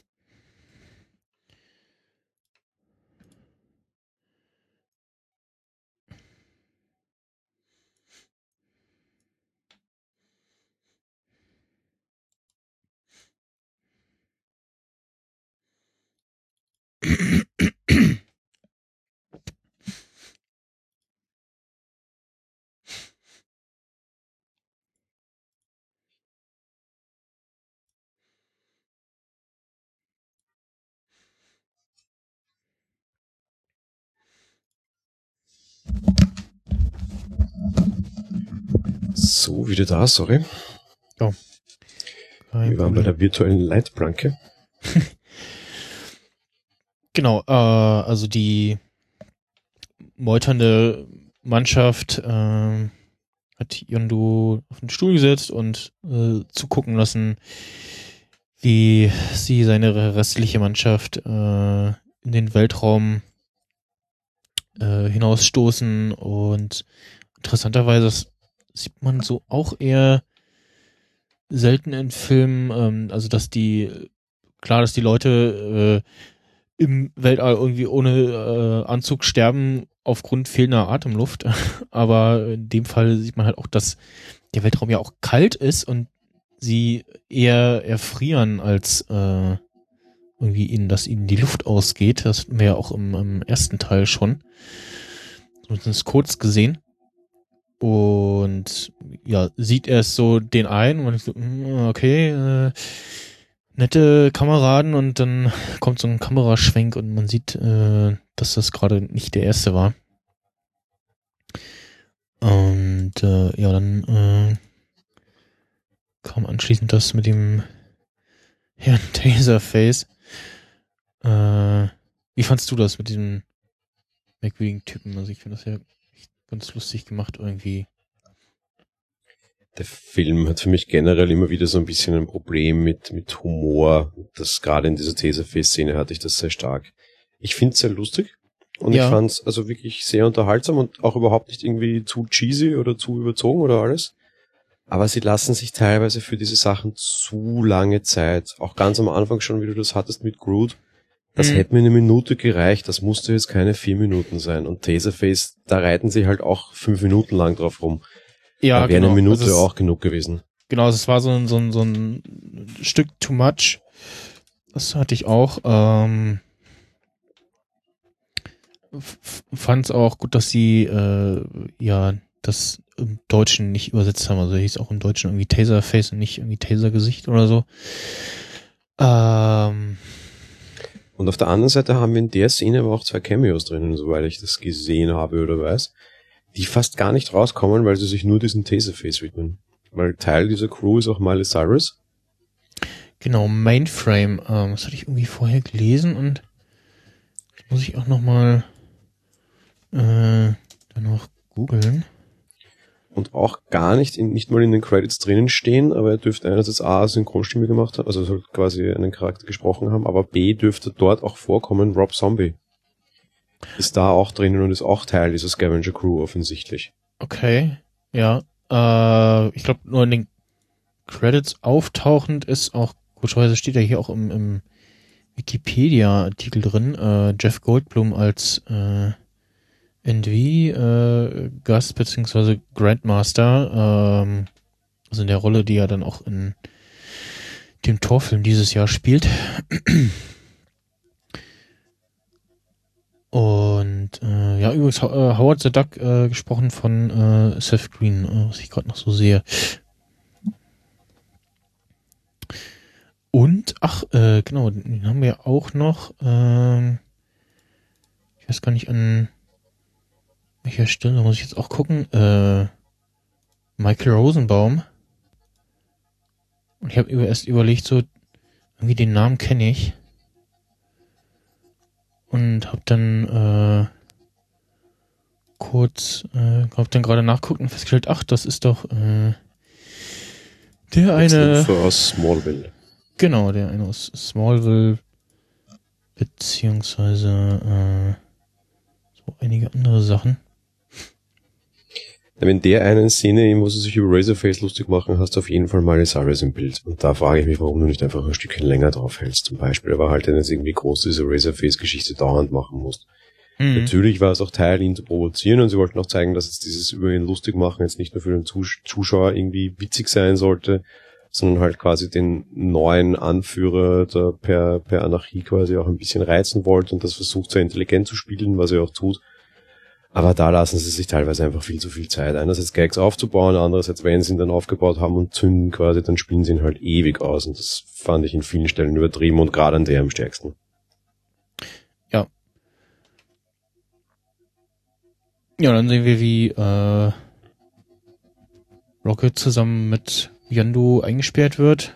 So, wieder da, sorry. Oh. Wir waren bei der virtuellen Leitplanke. Genau, äh, also die meuternde Mannschaft äh, hat Yondu auf den Stuhl gesetzt und äh, zugucken lassen, wie sie seine restliche Mannschaft äh, in den Weltraum äh, hinausstoßen und interessanterweise, das sieht man so auch eher selten in Filmen, ähm, also dass die, klar, dass die Leute äh, im Weltall irgendwie ohne äh, Anzug sterben aufgrund fehlender Atemluft, aber in dem Fall sieht man halt auch, dass der Weltraum ja auch kalt ist und sie eher erfrieren, als äh, irgendwie ihnen, dass ihnen die Luft ausgeht. Das hatten wir ja auch im, im ersten Teil schon. Zumindest kurz gesehen. Und ja, sieht erst so den einen und man denkt so, okay, äh, nette Kameraden und dann kommt so ein Kameraschwenk und man sieht, äh, dass das gerade nicht der erste war. Und äh, ja, dann äh, kam anschließend das mit dem Herrn Taserface. Äh, wie fandst du das mit diesem merkwürdigen Typen? Also ich finde das ja echt ganz lustig gemacht irgendwie. Der Film hat für mich generell immer wieder so ein bisschen ein Problem mit mit Humor. Das gerade in dieser Taserface-Szene hatte ich das sehr stark. Ich finde es sehr lustig und ja. Ich fand es also wirklich sehr unterhaltsam und auch überhaupt nicht irgendwie zu cheesy oder zu überzogen oder alles. Aber sie lassen sich teilweise für diese Sachen zu lange Zeit. Auch ganz am Anfang schon, wie du das hattest mit Groot. Das mhm. hätte mir eine Minute gereicht. Das musste jetzt keine vier Minuten sein. Und Taserface, da reiten sie halt auch fünf Minuten lang drauf rum. Ja, da wäre genau. eine Minute also es, auch genug gewesen. Genau, es war so ein, so ein, so ein Stück too much. Das hatte ich auch. Ähm, f- fand es auch gut, dass sie äh, ja das im Deutschen nicht übersetzt haben. Also hieß auch im Deutschen irgendwie Taserface und nicht irgendwie Tasergesicht oder so. Ähm, und auf der anderen Seite haben wir in der Szene aber auch zwei Cameos drinnen, soweit ich das gesehen habe oder weiß, die fast gar nicht rauskommen, weil sie sich nur diesen Taserface widmen. Weil Teil dieser Crew ist auch Miley Cyrus. Genau, Mainframe. Ähm, das hatte ich irgendwie vorher gelesen und muss ich auch nochmal äh, dann noch googeln. Und auch gar nicht, in, nicht mal in den Credits drinnen stehen, aber er dürfte einerseits A, Synchronstimme gemacht haben, also soll quasi einen Charakter gesprochen haben, aber B, dürfte dort auch vorkommen, Rob Zombie. Ist da auch drinnen und ist auch Teil dieser Scavenger Crew offensichtlich. Okay, ja. Äh, ich glaube, nur in den Credits auftauchend ist auch, komischerweise steht ja hier auch im, im Wikipedia-Artikel drin, äh, Jeff Goldblum als äh, N V, äh, Gast beziehungsweise Grandmaster, ähm, also in der Rolle, die er dann auch in dem Torfilm dieses Jahr spielt. Und äh, ja, übrigens äh, Howard the Duck äh, gesprochen von äh, Seth Green, äh, was ich gerade noch so sehe. Und, ach, äh, genau, den haben wir auch noch, ähm, ich weiß gar nicht an welcher Stelle, da muss ich jetzt auch gucken, äh, Michael Rosenbaum. Und ich habe über, erst überlegt, so, irgendwie den Namen kenne ich. Und habe dann äh, kurz, äh, hab dann gerade nachguckt und festgestellt, ach, das ist doch äh, der eine... aus Smallville. Genau, der eine aus Smallville, beziehungsweise äh, so einige andere Sachen. In der einen Szene, wo sie sich über Razorface lustig machen, hast du auf jeden Fall Miley Cyrus im Bild. Und da frage ich mich, warum du nicht einfach ein Stückchen länger drauf hältst, zum Beispiel. Aber halt, wenn jetzt irgendwie groß diese Razorface-Geschichte dauernd machen musst. Mhm. Natürlich war es auch Teil, ihn zu provozieren, und sie wollten auch zeigen, dass jetzt dieses über ihn lustig machen jetzt nicht nur für den Zuschauer irgendwie witzig sein sollte, sondern halt quasi den neuen Anführer der per, per Anarchie quasi auch ein bisschen reizen wollte und das versucht sehr intelligent zu spielen, was er auch tut. Aber da lassen sie sich teilweise einfach viel zu viel Zeit. Einerseits Gags aufzubauen, andererseits, wenn sie ihn dann aufgebaut haben und zünden quasi, dann spielen sie ihn halt ewig aus. Und das fand ich in vielen Stellen übertrieben und gerade an der am stärksten. Ja. Ja, dann sehen wir, wie äh, Rocket zusammen mit Yondu eingesperrt wird.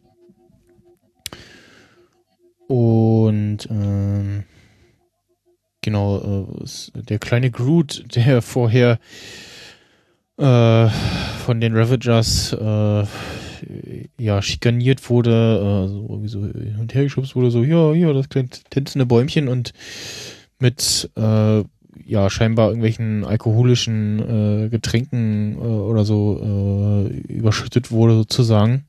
Und ähm, genau, äh, der kleine Groot, der vorher äh, von den Ravagers äh, ja schikaniert wurde, äh, so irgendwie so hin und her geschubst wurde, so, ja, ja, das kleine tänzende Bäumchen, und mit äh, ja scheinbar irgendwelchen alkoholischen äh, Getränken äh, oder so äh, überschüttet wurde, sozusagen.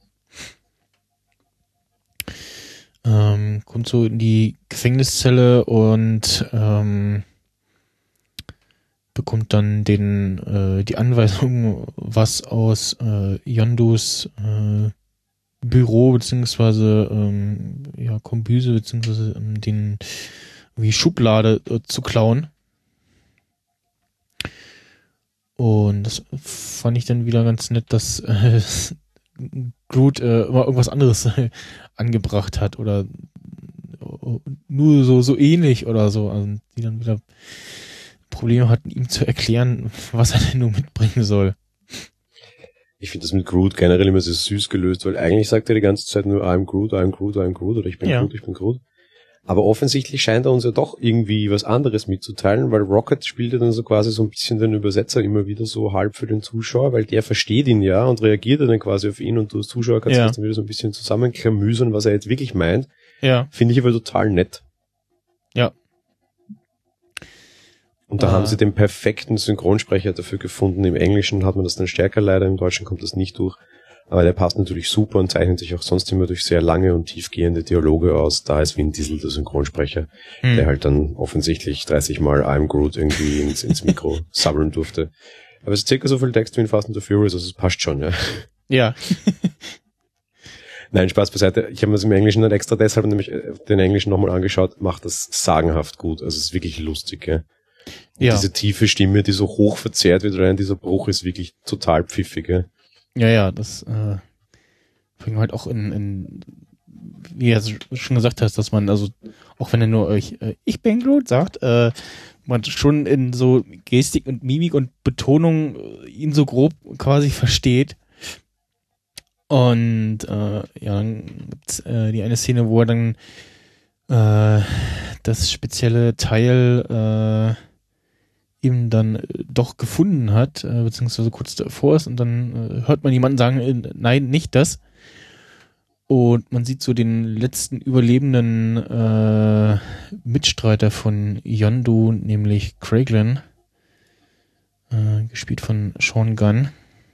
Ähm, kommt so in die Gefängniszelle und ähm, bekommt dann den äh, die Anweisung, was aus äh, Yondus äh, Büro beziehungsweise ähm, ja Kombüse beziehungsweise ähm, den wie Schublade äh, zu klauen. Und das fand ich dann wieder ganz nett, dass äh, Groot äh, immer irgendwas anderes äh, angebracht hat oder äh, nur so so ähnlich oder so, also die dann wieder Probleme hatten, ihm zu erklären, was er denn nur mitbringen soll. Ich finde das mit Groot generell immer sehr süß gelöst, weil eigentlich sagt er die ganze Zeit nur I'm Groot, I'm Groot, I'm Groot oder ich bin ja. Groot, ich bin Groot. Aber offensichtlich scheint er uns ja doch irgendwie was anderes mitzuteilen, weil Rocket spielt ja dann so quasi so ein bisschen den Übersetzer immer wieder so halb für den Zuschauer, weil der versteht ihn ja und reagiert dann quasi auf ihn und du als Zuschauer kannst ja. das dann wieder so ein bisschen zusammenklamüsern, was er jetzt wirklich meint. Ja. Finde ich aber total nett. Ja. Und da äh. haben sie den perfekten Synchronsprecher dafür gefunden. Im Englischen hat man das dann stärker leider, im Deutschen kommt das nicht durch. Aber der passt natürlich super und zeichnet sich auch sonst immer durch sehr lange und tiefgehende Dialoge aus. Da ist Vin Diesel der Synchronsprecher, hm. der halt dann offensichtlich dreißig Mal I'm Groot irgendwie ins, ins Mikro sabbeln durfte. Aber es ist circa so viel Text wie in Fast and the Furious, also es passt schon, ja. Ja. Nein, Spaß beiseite. Ich habe mir das im Englischen dann extra deshalb nämlich den Englischen nochmal angeschaut, macht das sagenhaft gut. Also es ist wirklich lustig, ja. Und ja. Diese tiefe Stimme, die so hoch verzerrt wird rein, dieser Bruch ist wirklich total pfiffig. Ja, ja, ja das äh, bringt halt auch in, in wie du schon gesagt hast, dass man, also auch wenn er nur euch äh, ich bin Groot sagt, äh, man schon in so Gestik und Mimik und Betonung äh, ihn so grob quasi versteht. Und äh, ja, dann gibt's äh, die eine Szene, wo er dann äh, das spezielle Teil äh, eben dann äh, doch gefunden hat, äh, beziehungsweise kurz davor ist und dann äh, hört man jemanden sagen, äh, nein, nicht das. Und man sieht so den letzten überlebenden äh, Mitstreiter von Yondu, nämlich Kraglin, äh, gespielt von Sean Gunn,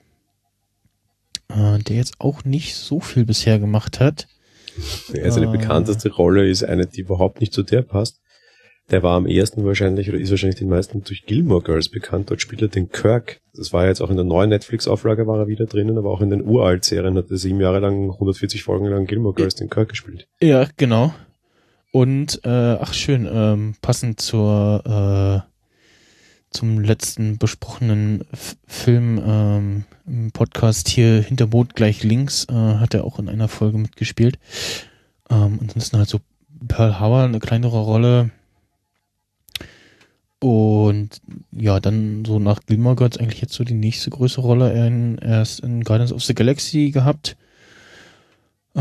äh, der jetzt auch nicht so viel bisher gemacht hat. Ja, seine äh, bekannteste Rolle ist eine, die überhaupt nicht zu der passt. Der war am ersten wahrscheinlich, oder ist wahrscheinlich den meisten durch Gilmore Girls bekannt. Dort spielt er den Kirk. Das war jetzt auch in der neuen Netflix-Auflage war er wieder drinnen, aber auch in den Uralt-Serien hat er sieben Jahre lang, hundertvierzig Folgen lang Gilmore Girls den Kirk gespielt. Ja, genau. Und, äh, ach schön, ähm, passend zur, äh, zum letzten besprochenen F- Film, ähm, im Podcast hier Hintermond gleich links, äh, hat er auch in einer Folge mitgespielt. Ähm, ansonsten halt so Pearl Harbor, eine kleinere Rolle. Und ja, dann so nach Gilmore Girls eigentlich jetzt so die nächste größere Rolle in, erst in Guardians of the Galaxy gehabt, äh,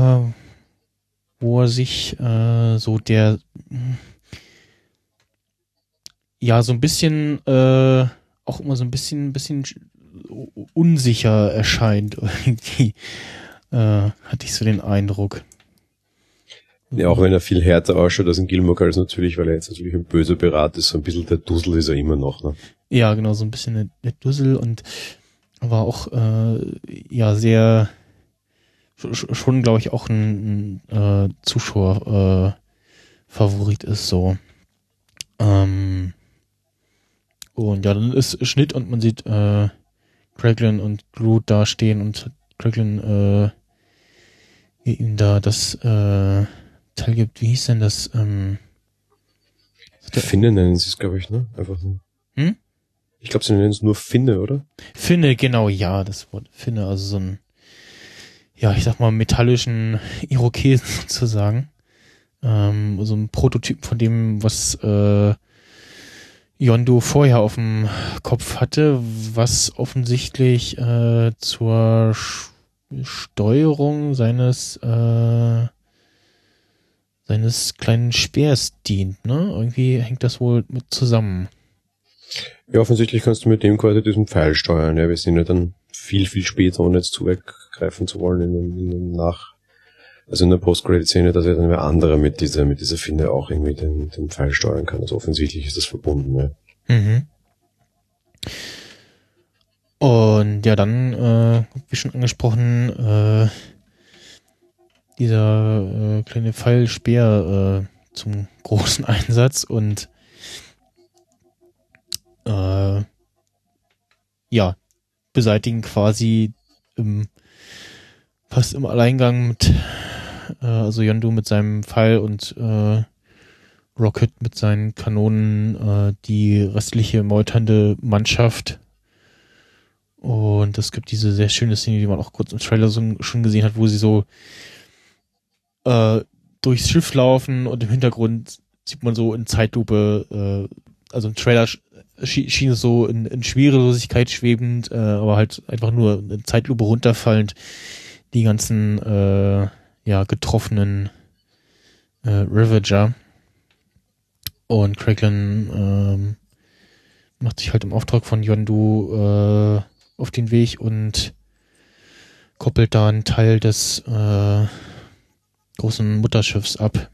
wo er sich äh, so der ja so ein bisschen äh, auch immer so ein bisschen ein bisschen unsicher erscheint irgendwie, äh, hatte ich so den Eindruck. Ja, auch wenn er viel härter ausschaut als in Gilmore Girls natürlich, weil er jetzt natürlich ein böser Pirat ist, so ein bisschen der Dussel ist er immer noch, ne? Ja, genau, so ein bisschen der, der Dussel und war auch, äh, ja, sehr, sch- schon, glaube ich, auch ein, ein äh, Zuschauer-Favorit äh, ist, so. Ähm, und ja, dann ist Schnitt und man sieht, äh, Kraglin und Groot da stehen und Kraglin, äh, ihm da das, äh, Teil gibt, wie hieß denn das? Ähm, Finne nennen sie es, glaube ich, ne? Einfach so. Hm? Ich glaube, sie nennen es nur Finne, oder? Finne, genau, ja, das Wort Finne, also so ein, ja, ich sag mal, metallischen Irokesen sozusagen. Ähm, so ein Prototyp von dem, was äh, Yondu vorher auf dem Kopf hatte, was offensichtlich äh, zur Sch- Steuerung seines äh, seines kleinen Speers dient, ne? Irgendwie hängt das wohl mit zusammen. Ja, offensichtlich kannst du mit dem quasi diesen Pfeil steuern. Ja, wir sind ja dann viel, viel später, ohne jetzt zugreifen zu wollen, in dem, in dem Nach, also in der Post-Credit-Szene, dass ja dann wer andere mit dieser, mit dieser Finne auch irgendwie den, den Pfeil steuern kann. Also offensichtlich ist das verbunden, ja. Mhm. Und ja, dann, äh, wie schon angesprochen, äh, dieser äh, kleine Pfeilspeer äh, zum großen Einsatz und äh, ja, beseitigen quasi im, fast im Alleingang mit, äh, also Yondu mit seinem Pfeil und äh, Rocket mit seinen Kanonen äh, die restliche meuternde Mannschaft. Und es gibt diese sehr schöne Szene, die man auch kurz im Trailer so, schon gesehen hat, wo sie so äh, durchs Schiff laufen und im Hintergrund sieht man so in Zeitlupe, äh, also im Trailer sch- schien es so in, in Schwerelosigkeit schwebend, äh, aber halt einfach nur in Zeitlupe runterfallend, die ganzen äh, ja getroffenen äh, Ravager. Und Kraglin ähm, macht sich halt im Auftrag von Yondu äh, auf den Weg und koppelt da einen Teil des äh, großen Mutterschiffs ab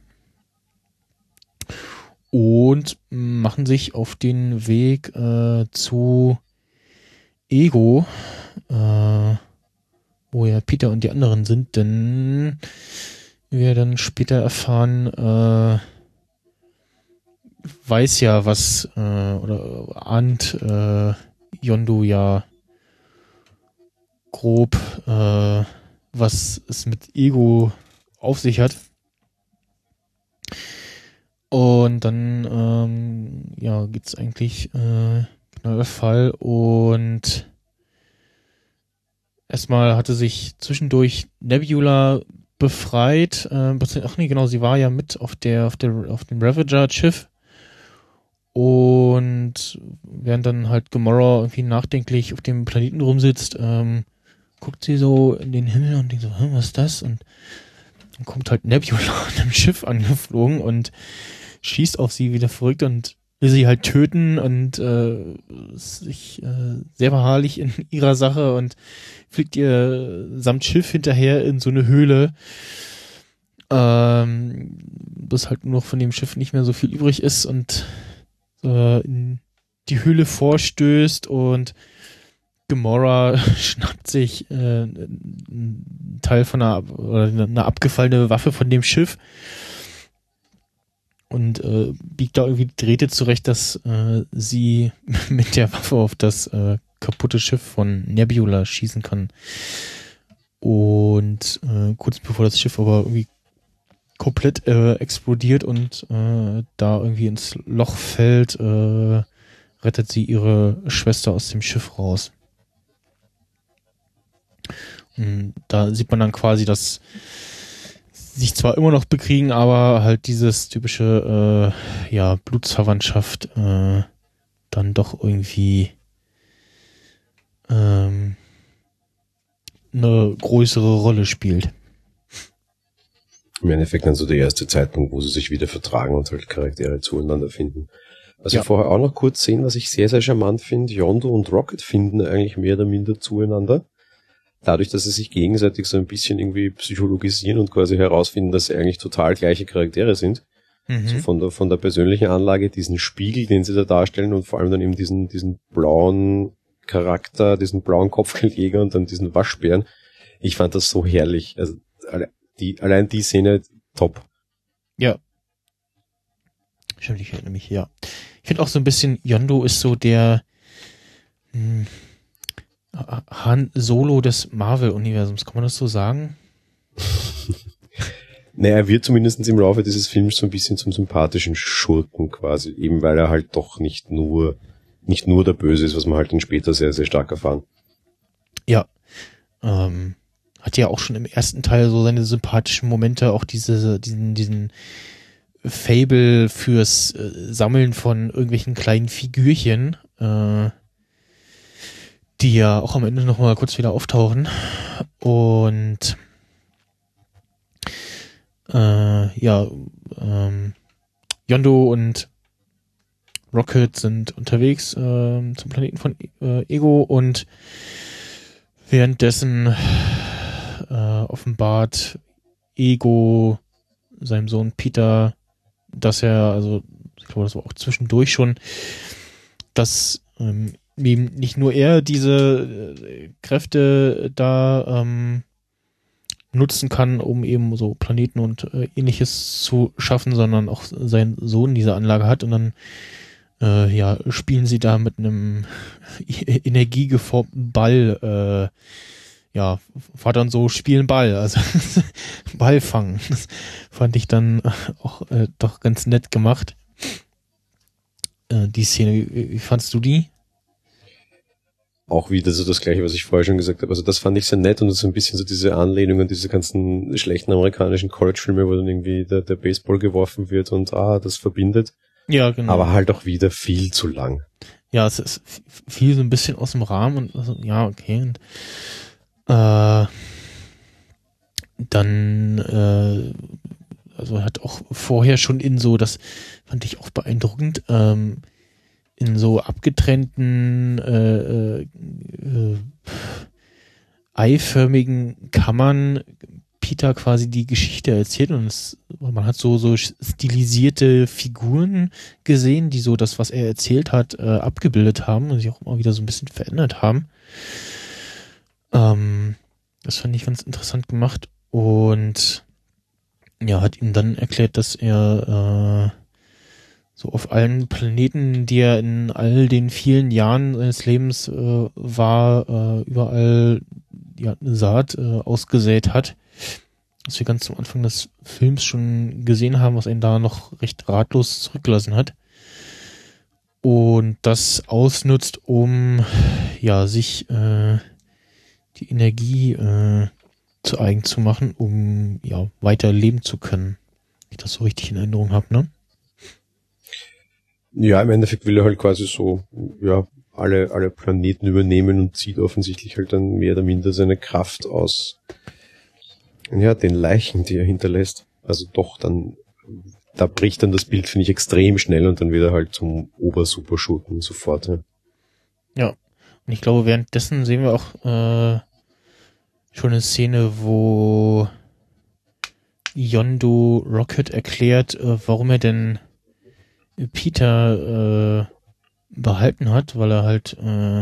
und machen sich auf den Weg äh, zu Ego, äh, wo ja Peter und die anderen sind, denn wir dann später erfahren, äh, weiß ja, was äh, oder ahnt äh, Yondu ja grob, äh, was es mit Ego auf sich hat. Und dann ähm, ja, geht's eigentlich äh, genau der Fall. Und erstmal hatte sich zwischendurch Nebula befreit. Äh, ach nee, genau, sie war ja mit auf der auf der auf dem Ravager-Schiff. Und während dann halt Gamora irgendwie nachdenklich auf dem Planeten rumsitzt, ähm, guckt sie so in den Himmel und denkt so, hm, was ist das? Und dann kommt halt Nebula an einem Schiff angeflogen und schießt auf sie wieder verrückt und will sie halt töten und äh, ist sich äh, sehr beharrlich in ihrer Sache und fliegt ihr samt Schiff hinterher in so eine Höhle, ähm, bis halt nur noch von dem Schiff nicht mehr so viel übrig ist und äh, in die Höhle vorstößt und Gamora schnappt sich äh, einen Teil von einer, oder eine abgefallene Waffe von dem Schiff und äh, biegt da irgendwie die Drähte zurecht, dass äh, sie mit der Waffe auf das äh, kaputte Schiff von Nebula schießen kann. Und äh, kurz bevor das Schiff aber irgendwie komplett äh, explodiert und äh, da irgendwie ins Loch fällt, äh, rettet sie ihre Schwester aus dem Schiff raus. Und da sieht man dann quasi, dass sich zwar immer noch bekriegen, aber halt dieses typische äh, ja, Blutsverwandtschaft äh, dann doch irgendwie ähm, eine größere Rolle spielt. Im Endeffekt dann so der erste Zeitpunkt, wo sie sich wieder vertragen und halt Charaktere zueinander finden. Was ja. wir vorher auch noch kurz sehen, was ich sehr, sehr charmant finde, Yondu und Rocket finden eigentlich mehr oder minder zueinander. Dadurch, dass sie sich gegenseitig so ein bisschen irgendwie psychologisieren und quasi herausfinden, dass sie eigentlich total gleiche Charaktere sind. Mhm. So von der, von der persönlichen Anlage, diesen Spiegel, den sie da darstellen und vor allem dann eben diesen, diesen blauen Charakter, diesen blauen Kopfgeldjäger und dann diesen Waschbären. Ich fand das so herrlich. Also, die, allein die Szene, top. Ja. Stimmt, ich erinnere mich, ja. Ich finde auch so ein bisschen, Yondu ist so der mh, Han Solo des Marvel-Universums, kann man das so sagen? Naja, er wird zumindest im Laufe dieses Films so ein bisschen zum sympathischen Schurken quasi, eben weil er halt doch nicht nur, nicht nur der Böse ist, was man halt dann später sehr, sehr stark erfahren. Ja, ähm, hat ja auch schon im ersten Teil so seine sympathischen Momente, auch diese, diesen, diesen Fable fürs äh, Sammeln von irgendwelchen kleinen Figürchen, äh, die ja auch am Ende nochmal kurz wieder auftauchen. Und äh, ja, ähm, Yondu und Rocket sind unterwegs äh, zum Planeten von äh, Ego und währenddessen äh, offenbart Ego seinem Sohn Peter, dass er, also ich glaube, das war auch zwischendurch schon, dass ähm, eben nicht nur er diese äh, Kräfte da ähm, nutzen kann, um eben so Planeten und äh, ähnliches zu schaffen, sondern auch sein Sohn diese Anlage hat und dann äh, ja, spielen sie da mit einem energiegeformten Ball, äh, ja, Vater und so spielen Ball, also Ball fangen. Das fand ich dann auch äh, doch ganz nett gemacht. Äh, die Szene, wie, wie fandst du die? Auch wieder so das Gleiche, was ich vorher schon gesagt habe. Also das fand ich sehr nett und so ein bisschen so diese Anlehnung an diese ganzen schlechten amerikanischen College-Filme, wo dann irgendwie der, der Baseball geworfen wird und ah, das verbindet. Ja, genau. Aber halt auch wieder viel zu lang. Ja, es ist viel so ein bisschen aus dem Rahmen und also, ja, okay. Und, äh, dann, äh, also hat auch vorher schon in so, das fand ich auch beeindruckend, ähm, in so abgetrennten, äh, äh, eiförmigen Kammern Peter quasi die Geschichte erzählt und es, man hat so so stilisierte Figuren gesehen, die so das, was er erzählt hat, äh, abgebildet haben und sich auch immer wieder so ein bisschen verändert haben. Ähm, das fand ich ganz interessant gemacht und ja, hat ihm dann erklärt, dass er äh, so auf allen Planeten, die er in all den vielen Jahren seines Lebens äh, war, äh, überall ja, eine Saat äh, ausgesät hat. Was wir ganz zum Anfang des Films schon gesehen haben, was ihn da noch recht ratlos zurückgelassen hat. und das ausnutzt, um ja sich äh, die Energie äh, zu eigen zu machen, um ja weiter leben zu können. Wenn ich das so richtig in Erinnerung habe, ne? Ja, im Endeffekt will er halt quasi so, ja, alle, alle Planeten übernehmen und zieht offensichtlich halt dann mehr oder minder seine Kraft aus, ja, den Leichen, die er hinterlässt. Also doch dann, da bricht dann das Bild, finde ich, extrem schnell und dann wieder halt zum Ober-Super-Shooten sofort. Ja. Ja, und ich glaube, währenddessen sehen wir auch äh, schon eine Szene, wo Yondu Rocket erklärt, äh, warum er denn Peter äh, behalten hat, weil er halt äh,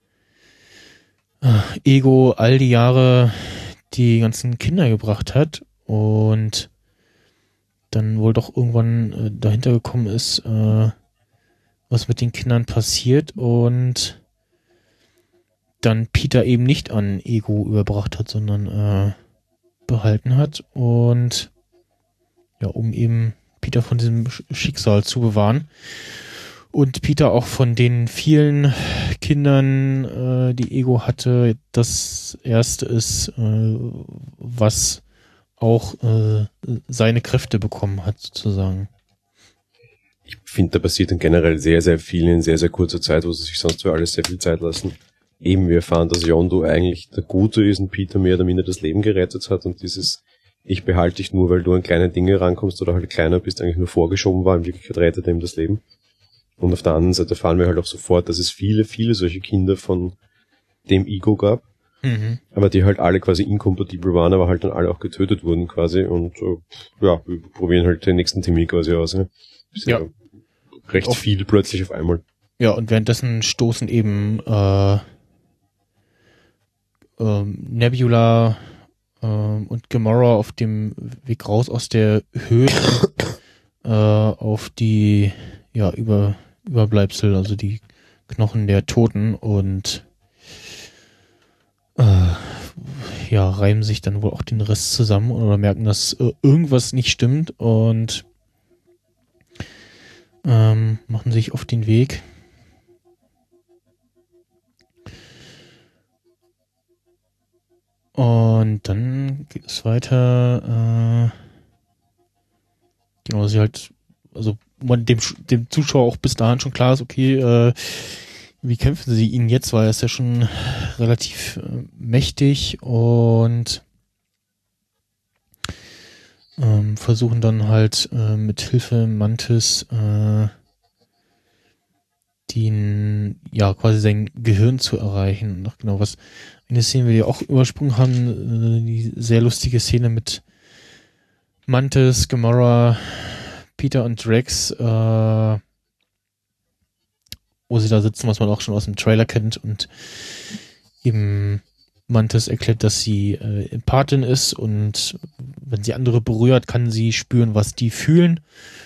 äh, Ego all die Jahre die ganzen Kinder gebracht hat und dann wohl doch irgendwann äh, dahinter gekommen ist, äh, was mit den Kindern passiert und dann Peter eben nicht an Ego überbracht hat, sondern äh, behalten hat und ja, um eben Peter von diesem Schicksal zu bewahren und Peter auch von den vielen Kindern, äh, die Ego hatte, das erste ist, äh, was auch äh, seine Kräfte bekommen hat, sozusagen. Ich finde, da passiert dann generell sehr, sehr viel in sehr, sehr kurzer Zeit, wo sie sich sonst für alles sehr viel Zeit lassen. Eben, wir erfahren, dass Yondu eigentlich der Gute ist und Peter mehr oder minder das Leben gerettet hat und dieses ich behalte dich nur, weil du an kleine Dinge rankommst oder halt kleiner bist, eigentlich nur vorgeschoben war. In Wirklichkeit rettet er ihm das Leben. Und auf der anderen Seite erfahren wir halt auch sofort, dass es viele, viele solche Kinder von dem Ego gab, mhm. aber die halt alle quasi inkompatibel waren, aber halt dann alle auch getötet wurden quasi und äh, ja, wir probieren halt den nächsten Termin quasi aus. Ne? Ja. Ja recht auf, viel plötzlich auf einmal. Ja, und währenddessen stoßen eben äh, äh, Nebula und Gamora auf dem Weg raus aus der Höhle äh, auf die ja über Überbleibsel, also die Knochen der Toten und äh, ja reiben sich dann wohl auch den Rest zusammen oder merken, dass äh, irgendwas nicht stimmt und ähm, machen sich auf den Weg. Und dann geht es weiter, äh, genau, sie halt, also man dem, dem Zuschauer auch bis dahin schon klar ist, okay, äh, wie kämpfen sie ihn jetzt, weil er ist ja schon relativ äh, mächtig und ähm, versuchen dann halt äh, mit Hilfe Mantis äh, den, ja, quasi sein Gehirn zu erreichen. Und noch genau was, eine Szene, die wir auch übersprungen haben, äh, die sehr lustige Szene mit Mantis, Gamora, Peter und Drax, äh, wo sie da sitzen, was man auch schon aus dem Trailer kennt und eben Mantis erklärt, dass sie äh, Empathin ist und wenn sie andere berührt, kann sie spüren, was die fühlen.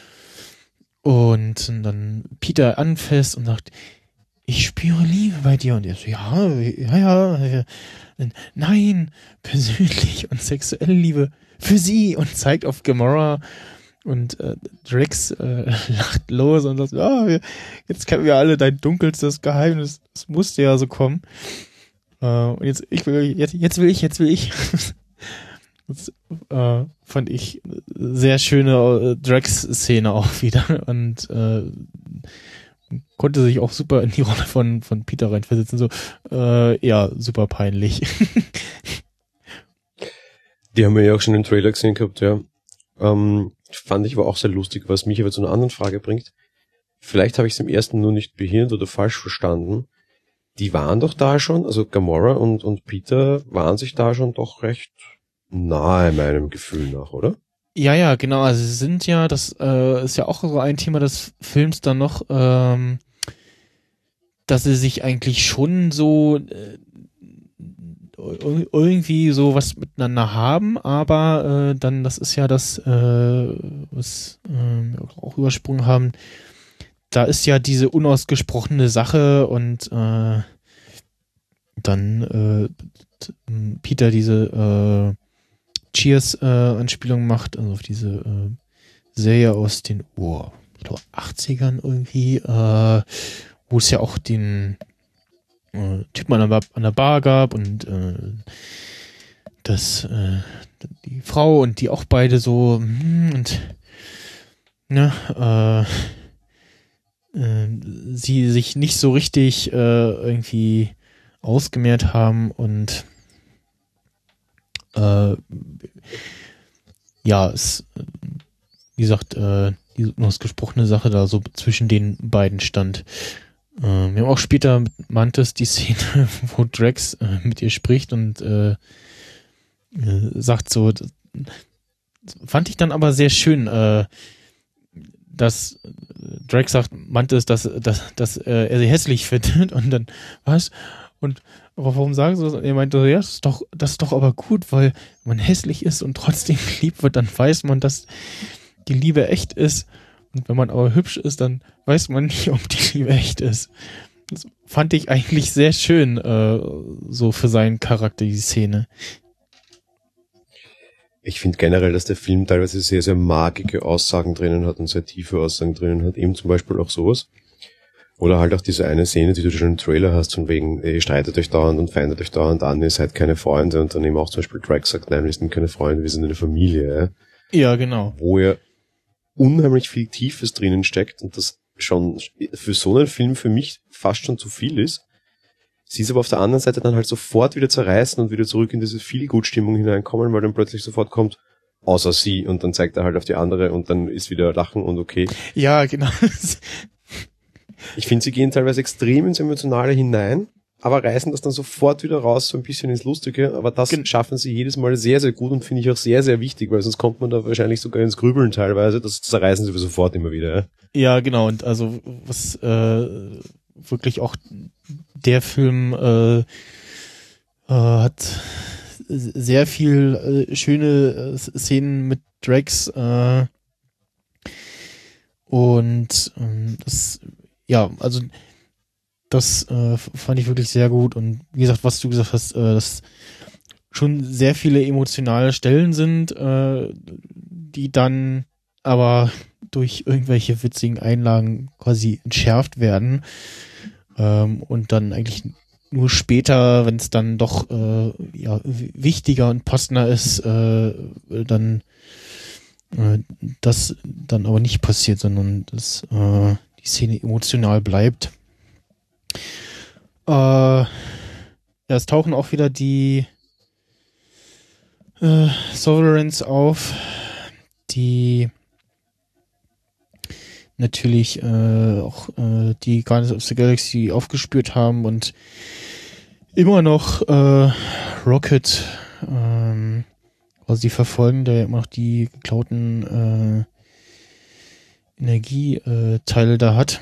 Und dann Peter anfasst und sagt, ich spüre Liebe bei dir. Und er so, ja, ja, ja, nein, persönlich und sexuelle Liebe für sie und zeigt auf Gamora und äh, Drax äh, lacht los und sagt, oh, jetzt kennen wir alle dein dunkelstes Geheimnis, das musste ja so kommen. Äh, und jetzt, ich will, jetzt, jetzt will ich, jetzt will ich. Das äh, fand ich sehr schöne äh, Drax-Szene auch wieder und äh, konnte sich auch super in die Rolle von von Peter reinversetzen. So, äh, ja, super peinlich. Die haben wir ja auch schon im Trailer gesehen gehabt, ja. Ähm, fand ich aber auch sehr lustig, was mich aber zu einer anderen Frage bringt. Vielleicht habe ich es im ersten nur nicht behirnt oder falsch verstanden. Die waren doch da schon, also Gamora und, und Peter waren sich da schon doch recht nahe meinem Gefühl nach, oder? Ja, ja, genau. Also sie sind ja, das äh, ist ja auch so ein Thema des Films dann noch, ähm, dass sie sich eigentlich schon so äh, irgendwie so was miteinander haben, aber äh, dann, das ist ja das, äh, was äh, wir auch übersprungen haben, da ist ja diese unausgesprochene Sache und äh, dann äh, Peter diese äh, Cheers-Anspielung äh, macht, also auf diese äh, Serie aus den oh, ich glaube achtzigern irgendwie, äh, wo es ja auch den äh, Typen an der, an der Bar gab und äh, das äh, die Frau und die auch beide so und ne, äh, äh, sie sich nicht so richtig äh, irgendwie ausgemehrt haben und äh, ja, es, wie gesagt, äh, die nur das gesprochene Sache da so zwischen den beiden stand. Äh, wir haben auch später mit Mantis die Szene, wo Drax äh, mit ihr spricht und äh, äh, sagt so, das fand ich dann aber sehr schön, äh, dass Drax sagt, Mantis, dass, dass, dass äh, er sie hässlich findet und dann, was? Und aber warum sagen sie das? Und er meinte, ja, das ist doch, das ist doch aber gut, weil man hässlich ist und trotzdem geliebt wird, dann weiß man, dass die Liebe echt ist. Und wenn man aber hübsch ist, dann weiß man nicht, ob die Liebe echt ist. Das fand ich eigentlich sehr schön, äh, so für seinen Charakter, die Szene. Ich finde generell, dass der Film teilweise sehr, sehr magige Aussagen drinnen hat und sehr tiefe Aussagen drinnen hat. Eben zum Beispiel auch sowas. Oder halt auch diese eine Szene, die du schon im Trailer hast, von wegen, ihr streitet euch dauernd und feindet euch dauernd an, ihr seid keine Freunde. Und dann eben auch zum Beispiel Drax sagt, nein, wir sind keine Freunde, wir sind eine Familie. Ja, genau. Wo ja unheimlich viel Tiefes drinnen steckt und das schon für so einen Film für mich fast schon zu viel ist. Sie ist aber auf der anderen Seite dann halt sofort wieder zerreißen und wieder zurück in diese Feelgood-Stimmung hineinkommen, weil dann plötzlich sofort kommt, außer sie, und dann zeigt er halt auf die andere und dann ist wieder Lachen und okay. Ja, genau. Ich finde, sie gehen teilweise extrem ins Emotionale hinein, aber reißen das dann sofort wieder raus, so ein bisschen ins Lustige, aber das Gen- schaffen sie jedes Mal sehr, sehr gut und finde ich auch sehr, sehr wichtig, weil sonst kommt man da wahrscheinlich sogar ins Grübeln teilweise, das zerreißen sie sofort immer wieder. Ja, ja genau, und also was äh, wirklich auch der Film äh, äh, hat sehr viel äh, schöne äh, Szenen mit Drax äh, und äh, das, ja, also das äh, fand ich wirklich sehr gut und wie gesagt, was du gesagt hast, äh, dass schon sehr viele emotionale Stellen sind, äh, die dann aber durch irgendwelche witzigen Einlagen quasi entschärft werden ähm, und dann eigentlich nur später, wenn es dann doch äh, ja, wichtiger und passender ist, äh, dann äh, das dann aber nicht passiert, sondern dass äh, die Szene emotional bleibt. Äh, ja, es tauchen auch wieder die äh, Sovereigns auf, die natürlich äh, auch äh, die Guardians of the Galaxy aufgespürt haben und immer noch äh, Rocket ähm, quasi verfolgen, der ja immer noch die geklauten äh, Energieteile da hat.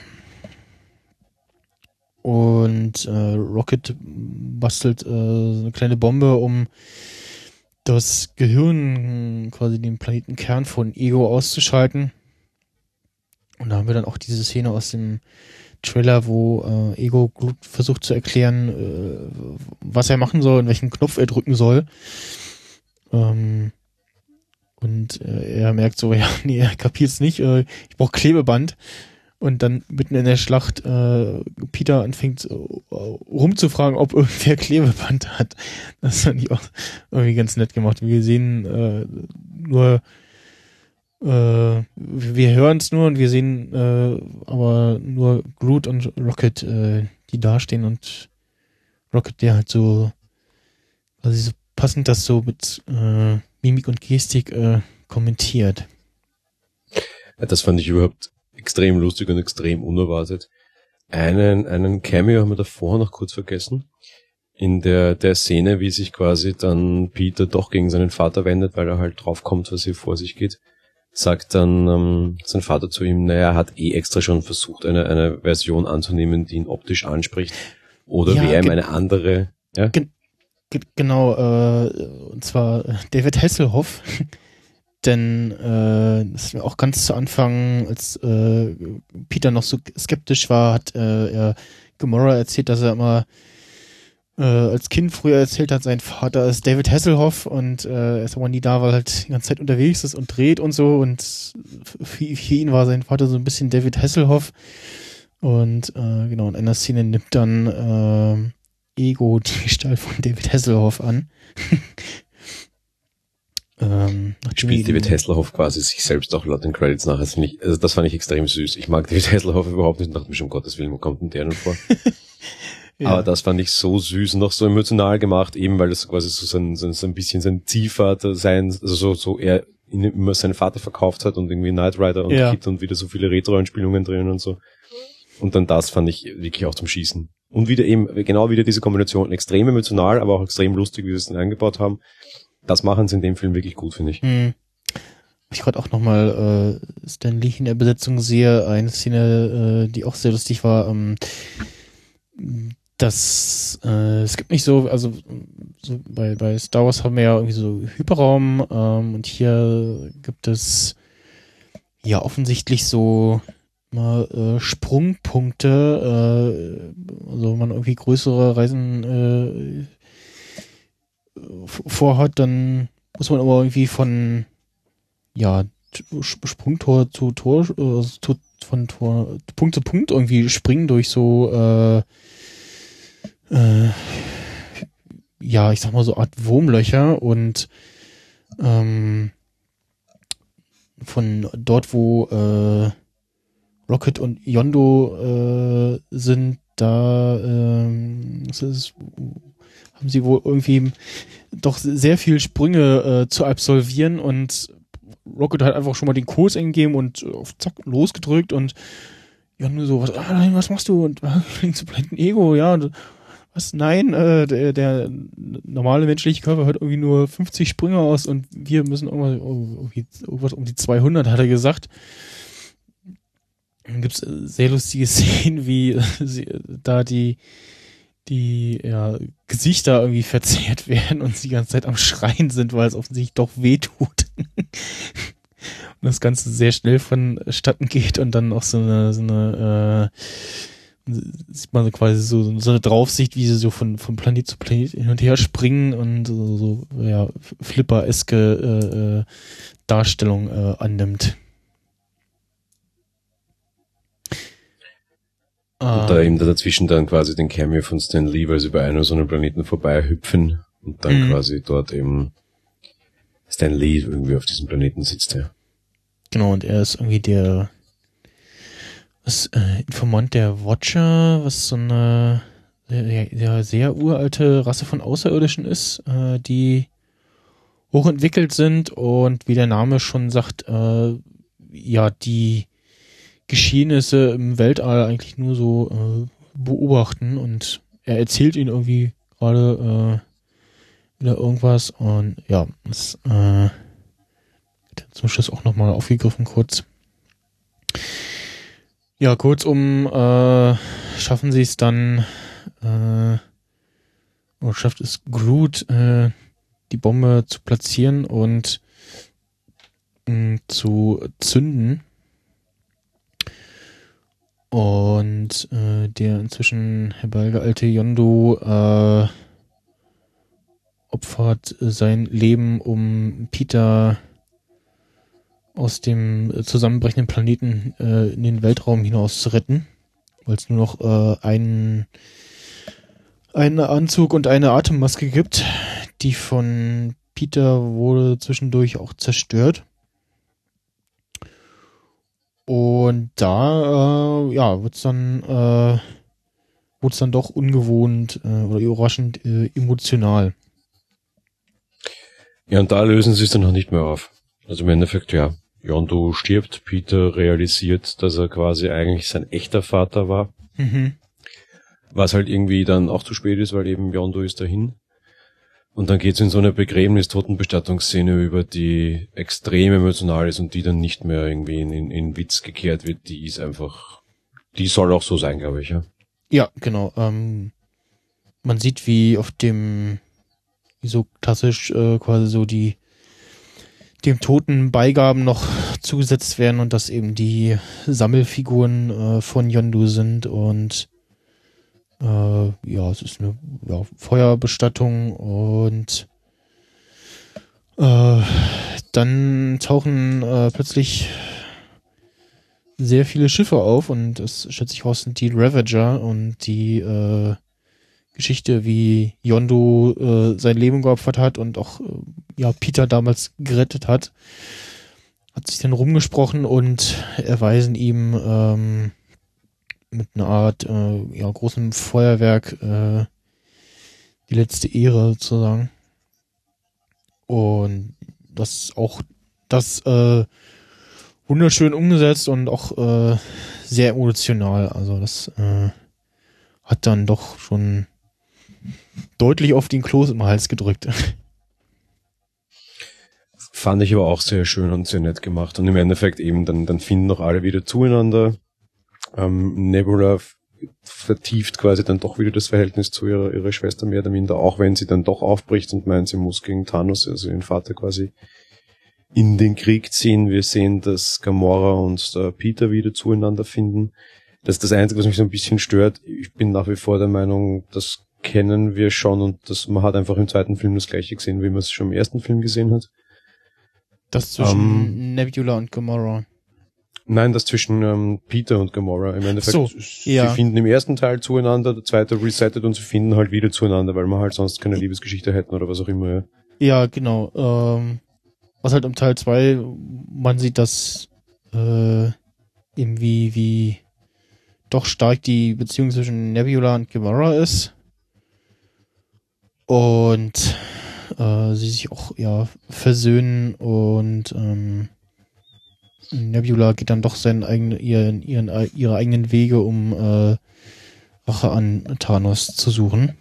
Und äh, Rocket bastelt äh, so eine kleine Bombe, um das Gehirn, quasi den Planetenkern von Ego auszuschalten. Und da haben wir dann auch diese Szene aus dem Trailer, wo äh, Ego Groot versucht zu erklären, äh, was er machen soll und welchen Knopf er drücken soll. Ähm, und äh, er merkt so, ja, nee, er kapiert's nicht, äh, ich brauche Klebeband. Und dann mitten in der Schlacht äh, Peter anfängt äh, rumzufragen, ob irgendwer Klebeband hat. Das fand ich auch irgendwie ganz nett gemacht. Wir sehen äh, nur äh, wir hören es nur und wir sehen äh, aber nur Groot und Rocket, äh, die dastehen und Rocket, der halt so quasi so passend das so mit äh, Mimik und Gestik äh, kommentiert. Das fand ich überhaupt extrem lustig und extrem unerwartet. Einen, einen Cameo haben wir davor noch kurz vergessen. In der, der Szene, wie sich quasi dann Peter doch gegen seinen Vater wendet, weil er halt draufkommt, was hier vor sich geht, sagt dann ähm, sein Vater zu ihm, naja, er hat eh extra schon versucht, eine, eine Version anzunehmen, die ihn optisch anspricht. Oder ja, wäre ihm eine andere, ja? Ge- ge- genau, äh, und zwar David Hasselhoff. Denn äh, das ist mir auch ganz zu Anfang, als äh, Peter noch so skeptisch war, hat äh, er Gamora erzählt, dass er immer äh, als Kind früher erzählt hat, sein Vater ist David Hasselhoff und äh, er ist aber nie da, weil er halt die ganze Zeit unterwegs ist und dreht und so und für, für ihn war sein Vater so ein bisschen David Hasselhoff Und äh, genau, in einer Szene nimmt dann äh, Ego die Gestalt von David Hasselhoff an. ähm, Spielt David Hasselhoff quasi sich selbst auch laut den Credits nach. Das, ich, also das fand ich extrem süß. Ich mag David Hasselhoff überhaupt nicht und dachte mir schon, um Gottes Willen, wo kommt denn der denn vor? Ja. Aber das fand ich so süß und auch so emotional gemacht, eben weil das quasi so sein, so, so ein bisschen sein Ziehvater sein, also so, so er ihn immer seinen Vater verkauft hat und irgendwie Knight Rider und ja. Kid und wieder so viele Retro-Anspielungen drin und so. Und dann das fand ich wirklich auch zum Schießen. Und wieder eben, genau wieder diese Kombination, extrem emotional, aber auch extrem lustig, wie sie es dann eingebaut haben. Das machen sie in dem Film wirklich gut, finde ich. Hm. Ich gerade auch nochmal äh, Stan Lee in der Besetzung sehe, eine Szene, äh, die auch sehr lustig war, ähm, dass äh, es gibt nicht so, also so bei, bei Star Wars haben wir ja irgendwie so Hyperraum ähm, und hier gibt es ja offensichtlich so mal äh, Sprungpunkte, äh, also wenn man irgendwie größere Reisen äh, vorhat, dann muss man aber irgendwie von ja Sprungtor zu Tor, äh, zu, von Tor Punkt zu Punkt irgendwie springen durch so äh, äh, ja, ich sag mal so Art Wurmlöcher und ähm, von dort, wo äh, Rocket und Yondu äh, sind, da äh, das ist, haben sie wohl irgendwie doch sehr viel Sprünge äh, zu absolvieren und Rocket hat einfach schon mal den Kurs eingegeben und auf zack losgedrückt und Yondu so, was, ah, nein, was machst du? Und klingt zu blenden Ego, ja, und was? Nein, äh, der, der normale menschliche Körper hört irgendwie nur fünfzig Sprünge aus und wir müssen irgendwas, irgendwie, irgendwas um die zweihundert, hat er gesagt. Dann gibt's sehr lustige Szenen, wie äh, sie, da die die ja, Gesichter irgendwie verzerrt werden und sie die ganze Zeit am Schreien sind, weil es offensichtlich doch wehtut. Und das Ganze sehr schnell vonstatten geht und dann auch so eine, so eine äh, sieht man so quasi so, so eine Draufsicht, wie sie so von, von Planet zu Planet hin und her springen und so, so ja, Flipper-eske äh, äh, Darstellung äh, annimmt. Und da eben dazwischen dann quasi den Cameo von Stan Lee, weil sie bei einem so einem Planeten vorbei hüpfen und dann mhm. quasi dort eben Stan Lee irgendwie auf diesem Planeten sitzt, ja. Genau, und er ist irgendwie der was, äh, Informant der Watcher, was so eine sehr, sehr, sehr uralte Rasse von Außerirdischen ist, äh, die hochentwickelt sind und wie der Name schon sagt, äh, ja, die Geschehnisse im Weltall eigentlich nur so äh, beobachten und er erzählt ihnen irgendwie gerade äh, wieder irgendwas und ja, das äh, wird zum Schluss auch nochmal aufgegriffen kurz. Ja, kurzum äh, schaffen sie es dann äh, oder schafft es Groot äh, die Bombe zu platzieren und mh, zu zünden. Und äh, der inzwischen herbeigeeilte Yondu äh, opfert sein Leben, um Peter aus dem zusammenbrechenden Planeten äh, in den Weltraum hinaus zu retten, weil es nur noch äh, einen, einen Anzug und eine Atemmaske gibt. Die von Peter wurde zwischendurch auch zerstört. Und da, äh, ja, wird's dann, äh, wird's dann doch ungewohnt äh, oder überraschend äh, emotional. Ja, und da lösen sie es dann noch nicht mehr auf. Also im Endeffekt, ja, Yondu stirbt, Peter realisiert, dass er quasi eigentlich sein echter Vater war. Mhm. Was halt irgendwie dann auch zu spät ist, weil eben Yondu ist dahin. Und dann geht's in so eine Begräbnis-Totenbestattungsszene über, die extrem emotional ist und die dann nicht mehr irgendwie in, in, in Witz gekehrt wird. Die ist einfach, die soll auch so sein, glaube ich, ja. Ja, genau. Ähm, man sieht, wie auf dem, wie so klassisch äh, quasi so die dem Toten Beigaben noch zugesetzt werden und dass eben die Sammelfiguren äh, von Yondu sind und äh, ja, es ist eine ja, Feuerbestattung und äh, dann tauchen äh, plötzlich sehr viele Schiffe auf und es stellt sich raus, sind die Ravager und die äh, Geschichte, wie Yondu äh, sein Leben geopfert hat und auch äh, ja Peter damals gerettet hat, hat sich dann rumgesprochen und erweisen ihm ähm, mit einer Art äh, ja großem Feuerwerk äh, die letzte Ehre sozusagen. Und das auch das äh, wunderschön umgesetzt und auch äh, sehr emotional. Also das äh, hat dann doch schon deutlich auf den Kloß im Hals gedrückt. Fand ich aber auch sehr schön und sehr nett gemacht. Und im Endeffekt eben, dann, dann finden noch alle wieder zueinander. Ähm, Nebula f- vertieft quasi dann doch wieder das Verhältnis zu ihrer, ihrer Schwester mehr oder minder, auch wenn sie dann doch aufbricht und meint, sie muss gegen Thanos, also ihren Vater quasi, in den Krieg ziehen. Wir sehen, dass Gamora und äh, Peter wieder zueinander finden. Das ist das Einzige, was mich so ein bisschen stört. Ich bin nach wie vor der Meinung, das kennen wir schon und das, man hat einfach im zweiten Film das Gleiche gesehen, wie man es schon im ersten Film gesehen hat. Das zwischen Ähm, Nebula und Gamora. Nein, das zwischen ähm, Peter und Gamora. Im Endeffekt, So, sie ja. finden im ersten Teil zueinander, der zweite resettet und sie finden halt wieder zueinander, weil wir halt sonst keine Liebesgeschichte hätten oder was auch immer. Ja, Ja, genau. Ähm, was halt im Teil zwei man sieht, dass äh, irgendwie wie doch stark die Beziehung zwischen Nebula und Gamora ist. Und äh, sie sich auch ja versöhnen und ähm, Nebula geht dann doch seinen eigenen, ihren, ihren, ihre eigenen Wege, um äh, Rache an Thanos zu suchen.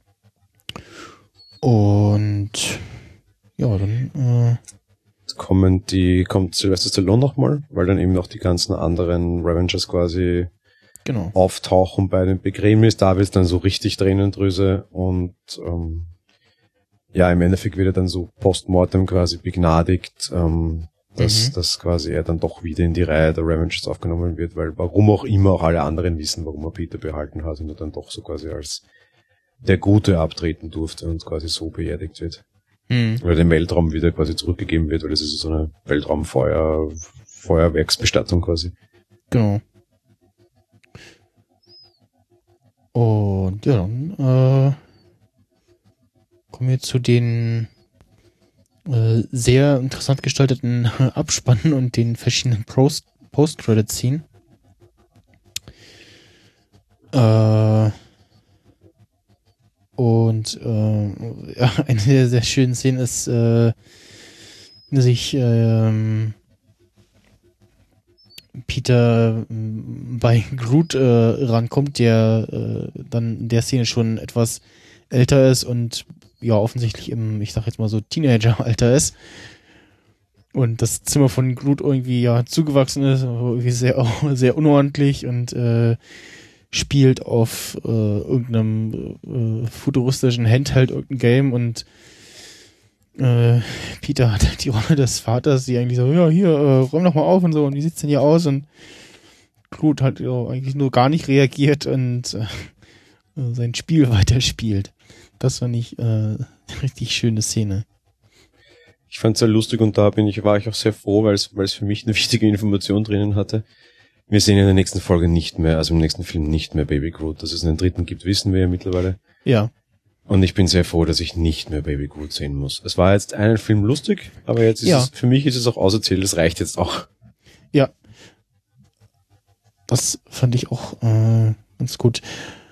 Und ja, dann äh, jetzt kommen die, kommt Sylvester Stallone nochmal, weil dann eben noch die ganzen anderen Ravengers quasi genau. auftauchen bei dem Begräbnis. Da wird es dann so richtig Tränendrüse und ähm, ja, im Endeffekt wird er dann so postmortem quasi begnadigt, ähm, dass, Mhm. dass quasi er dann doch wieder in die Reihe der Ravengers aufgenommen wird, weil warum auch immer auch alle anderen wissen, warum er Peter behalten hat und er dann doch so quasi als der Gute abtreten durfte und quasi so beerdigt wird. Mhm. Oder dem Weltraum wieder quasi zurückgegeben wird, weil das ist so eine Weltraumfeuer, Feuerwerksbestattung quasi. Genau. Und ja, dann äh, kommen wir zu den äh, sehr interessant gestalteten Abspannen und den verschiedenen Post- Post-Credit-Scene. Äh, und äh, ja, eine der sehr schönen Szenen ist, äh, sich ähm, Peter ähm, bei Groot äh, rankommt, der äh, dann in der Szene schon etwas älter ist und ja offensichtlich im, ich sag jetzt mal so, Teenager-Alter ist. Und das Zimmer von Groot irgendwie ja zugewachsen ist, aber irgendwie sehr, sehr unordentlich und äh, spielt auf äh, irgendeinem äh, futuristischen Handheld irgendein Game und äh, Peter hat halt die Rolle des Vaters, die eigentlich so, ja, hier, äh, räum doch mal auf und so, und wie sieht's denn hier aus? Und Groot hat ja eigentlich nur gar nicht reagiert und äh, sein Spiel weiterspielt. Das fand ich äh, eine richtig schöne Szene. Ich fand es sehr lustig und da bin ich, war ich auch sehr froh, weil es, weil es für mich eine wichtige Information drinnen hatte. Wir sehen in der nächsten Folge nicht mehr, also im nächsten Film nicht mehr Baby Groot. Dass es einen dritten gibt, wissen wir ja mittlerweile. Ja. Und ich bin sehr froh, dass ich nicht mehr Baby Groot sehen muss. Es war jetzt einen Film lustig, aber jetzt ist Ja. es, für mich ist es auch auserzählt, das reicht jetzt auch. Ja. Das fand ich auch äh, ganz gut.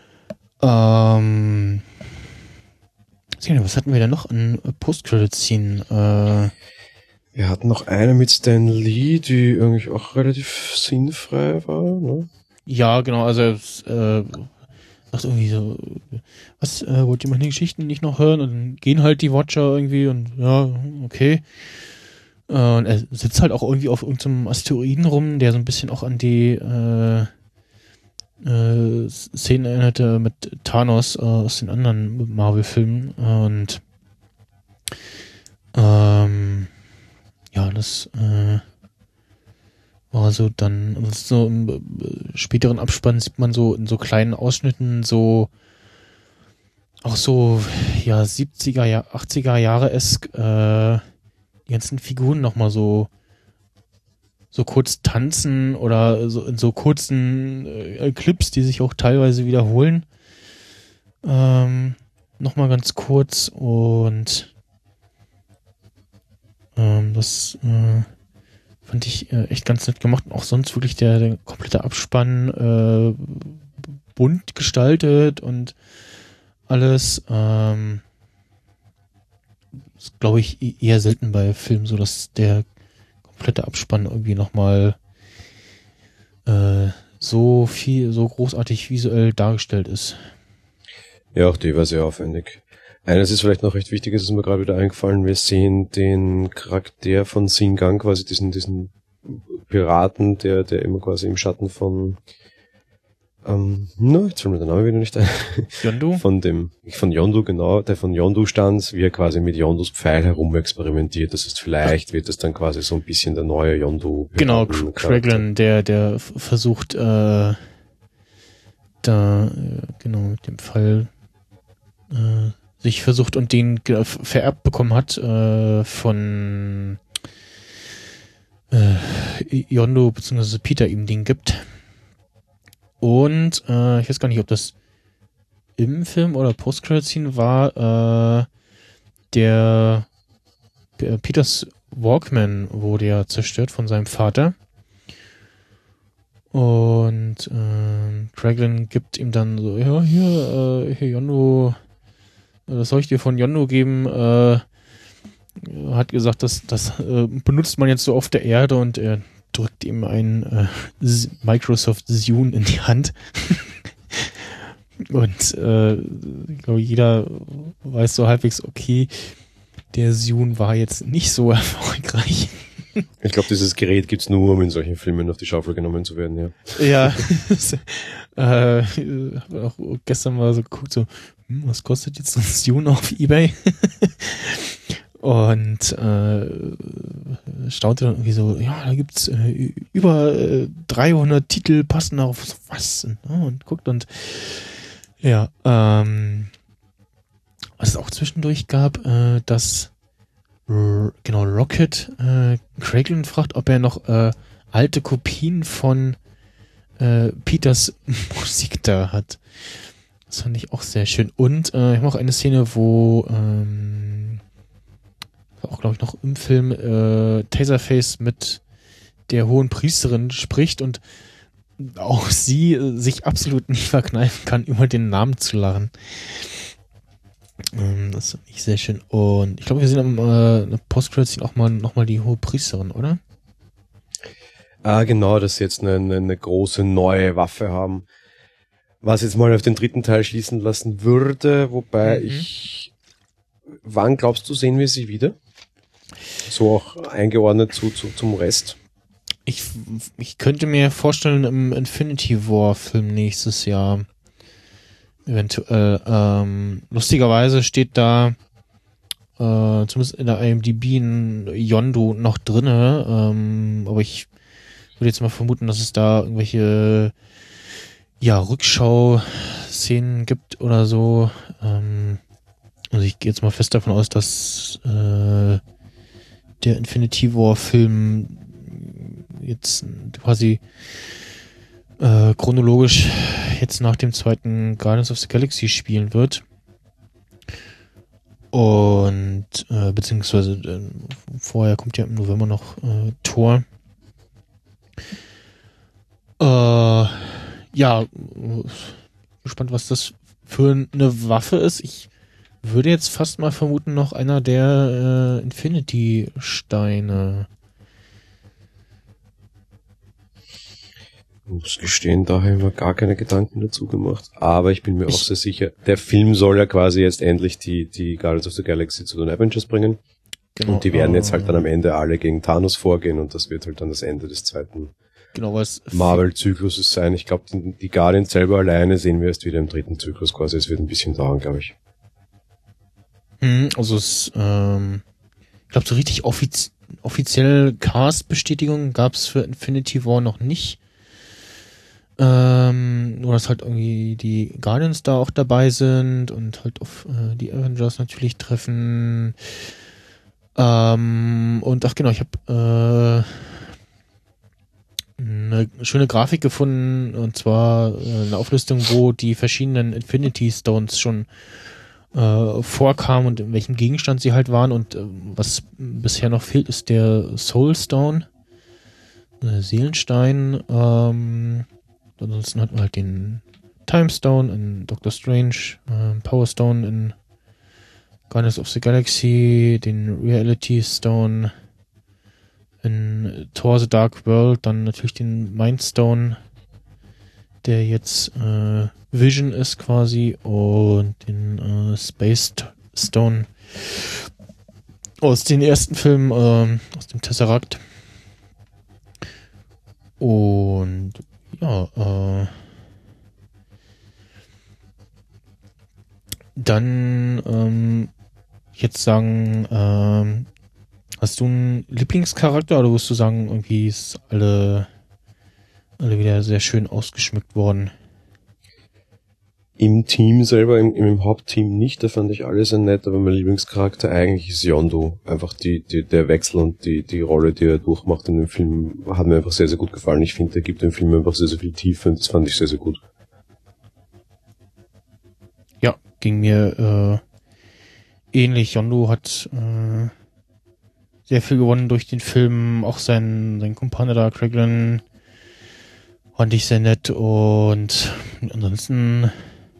Ähm, was hatten wir da noch an Post-Credit-Scene? Äh, Wir hatten noch eine mit Stan Lee, die irgendwie auch relativ sinnfrei war, ne? ja, genau, also es, äh, sagt irgendwie so, was, äh, wollt ihr meine Geschichten nicht noch hören? Und dann gehen halt die Watcher irgendwie und ja, okay. Äh, und er sitzt halt auch irgendwie auf irgendeinem Asteroiden rum, der so ein bisschen auch an die äh, äh, Szenen erinnerte mit Thanos äh, aus den anderen Marvel-Filmen. Und ähm, ja, das äh, war so dann, so im äh, späteren Abspann sieht man so in so kleinen Ausschnitten so auch so, ja, siebziger, ja, achtziger Jahre esk äh, die ganzen Figuren nochmal so so kurz tanzen oder so in so kurzen äh, Clips, die sich auch teilweise wiederholen. Ähm, Nochmal ganz kurz und ähm, das äh, fand ich äh, echt ganz nett gemacht. Und auch sonst wirklich der, der komplette Abspann äh, bunt gestaltet und alles. Ähm, ist, glaube ich, eher selten bei Filmen so, dass der komplette Abspann irgendwie nochmal äh, so viel, so großartig visuell dargestellt ist. Ja, auch die war sehr aufwendig. Eines ist vielleicht noch recht wichtig, ist mir gerade wieder eingefallen, wir sehen den Charakter von Sin Gang, quasi diesen, diesen Piraten, der, der immer quasi im Schatten von, ähm, no, jetzt fällt mir der Name wieder nicht ein. Yondu? Von dem, von Yondu, genau, der von Yondu stand, wie er quasi mit Yondus Pfeil herum experimentiert. Das heißt, vielleicht wird es dann quasi so ein bisschen der neue Yondu. Genau, Kraglin, der, der f- versucht, äh, da, äh, genau, mit dem Pfeil, äh, sich versucht und den ge- vererbt bekommen hat, äh, von, äh, Yondu, beziehungsweise Peter ihm den gibt. Und, äh, ich weiß gar nicht, ob das im Film oder Post-Credit-Scene war, äh, der P- Peters Walkman wurde ja zerstört von seinem Vater. Und äh, Kraglin gibt ihm dann so, ja, hier, äh, hier Yondu, das soll ich dir von Yondu geben, äh, hat gesagt, das, das äh, benutzt man jetzt so auf der Erde und er drückt ihm ein äh, Microsoft Zune in die Hand. Und äh, ich glaube, jeder weiß so halbwegs, okay, der Zune war jetzt nicht so erfolgreich. Ich glaube, dieses Gerät gibt's nur, um in solchen Filmen auf die Schaufel genommen zu werden, ja. Ja, äh, hab auch gestern mal so geguckt, so, hm, was kostet jetzt so ein Zune auf eBay? Und äh, staunte dann irgendwie so, ja, da gibt's äh, über äh, dreihundert Titel passend auf so, was? Und, und guckt und ja, ähm, was es auch zwischendurch gab, äh, dass R- genau Rocket äh, Kraglin fragt, ob er noch äh, alte Kopien von äh, Peters Musik da hat. Das fand ich auch sehr schön. Und äh, ich habe auch eine Szene, wo ähm, auch glaube ich noch im Film äh, Taserface mit der hohen Priesterin spricht und auch sie äh, sich absolut nicht verkneifen kann, über den Namen zu lachen. Ähm, das fand ich sehr schön. Und ich glaube, wir sehen am äh, Post-Credit-Scene auch mal nochmal die hohe Priesterin, oder? Ah, genau, dass sie jetzt eine, eine, eine große neue Waffe haben. Was jetzt mal auf den dritten Teil schließen lassen würde, wobei Mhm. ich... Wann glaubst du, sehen wir sie wieder? So auch eingeordnet zu, zu, zum Rest. Ich, ich könnte mir vorstellen, im Infinity War Film nächstes Jahr eventuell. Ähm, lustigerweise steht da äh, zumindest in der I M D B ein Yondu noch drinne, ähm, aber ich würde jetzt mal vermuten, dass es da irgendwelche ja, Rückschau-Szenen gibt oder so. Ähm, also ich gehe jetzt mal fest davon aus, dass äh, der Infinity War Film jetzt quasi äh, chronologisch jetzt nach dem zweiten Guardians of the Galaxy spielen wird. Und äh, beziehungsweise äh, vorher kommt ja im November noch äh, Thor. Äh, ja, äh, gespannt, was das für eine Waffe ist. Ich würde jetzt fast mal vermuten, noch einer der äh, Infinity-Steine. Ich muss gestehen, da habe ich mir gar keine Gedanken dazu gemacht. Aber ich bin mir Ich- auch sehr sicher, der Film soll ja quasi jetzt endlich die, die Guardians of the Galaxy zu den Avengers bringen. Genau, Und die werden äh, jetzt halt dann am Ende alle gegen Thanos vorgehen und das wird halt dann das Ende des zweiten Genau, weil es Marvel-Zyklus sein. Ich glaube, die, die Guardians selber alleine sehen wir erst wieder im dritten Zyklus quasi. Es wird ein bisschen dauern, glaube ich. Hm, also es, ähm, ich glaube, so richtig offiz offiziell Cast-Bestätigung gab es für Infinity War noch nicht. Ähm, nur dass halt irgendwie die Guardians da auch dabei sind und halt auf äh, die Avengers natürlich treffen. Ähm, und ach genau, ich habe äh, eine schöne Grafik gefunden, und zwar eine Auflistung, wo die verschiedenen Infinity Stones schon äh, vorkamen und in welchem Gegenstand sie halt waren. Und äh, was bisher noch fehlt, ist der Soul Stone, der Seelenstein. Ähm, ansonsten hat man halt den Time Stone in Doctor Strange, äh, Power Stone in Guardians of the Galaxy, den Reality Stone in Thor The Dark World, dann natürlich den Mind Stone, der jetzt äh, Vision ist quasi, und den äh, Space Stone aus den ersten Filmen, äh, aus dem Tesseract. Und ja, äh, dann ähm, jetzt sagen, ähm, hast du einen Lieblingscharakter, oder würdest du sagen, irgendwie ist alle, alle wieder sehr schön ausgeschmückt worden? Im Team selber, im, im Hauptteam nicht, da fand ich alles sehr nett, aber mein Lieblingscharakter eigentlich ist Yondu. Einfach die, die, der Wechsel und die, die Rolle, die er durchmacht in dem Film, hat mir einfach sehr, sehr gut gefallen. Ich finde, der gibt dem Film einfach sehr, sehr viel Tiefe, und das fand ich sehr, sehr gut. Ja, ging mir äh, ähnlich. Yondu hat äh, sehr viel gewonnen durch den Film, auch sein, sein Kumpane da, Kraglin, fand ich sehr nett, und ansonsten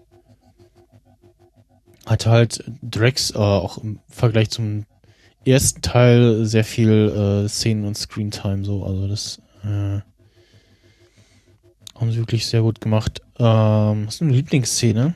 hatte halt Drax äh, auch im Vergleich zum ersten Teil sehr viel äh, Szenen und Screentime, so, also das äh, haben sie wirklich sehr gut gemacht. Ähm, hast du eine Lieblingsszene?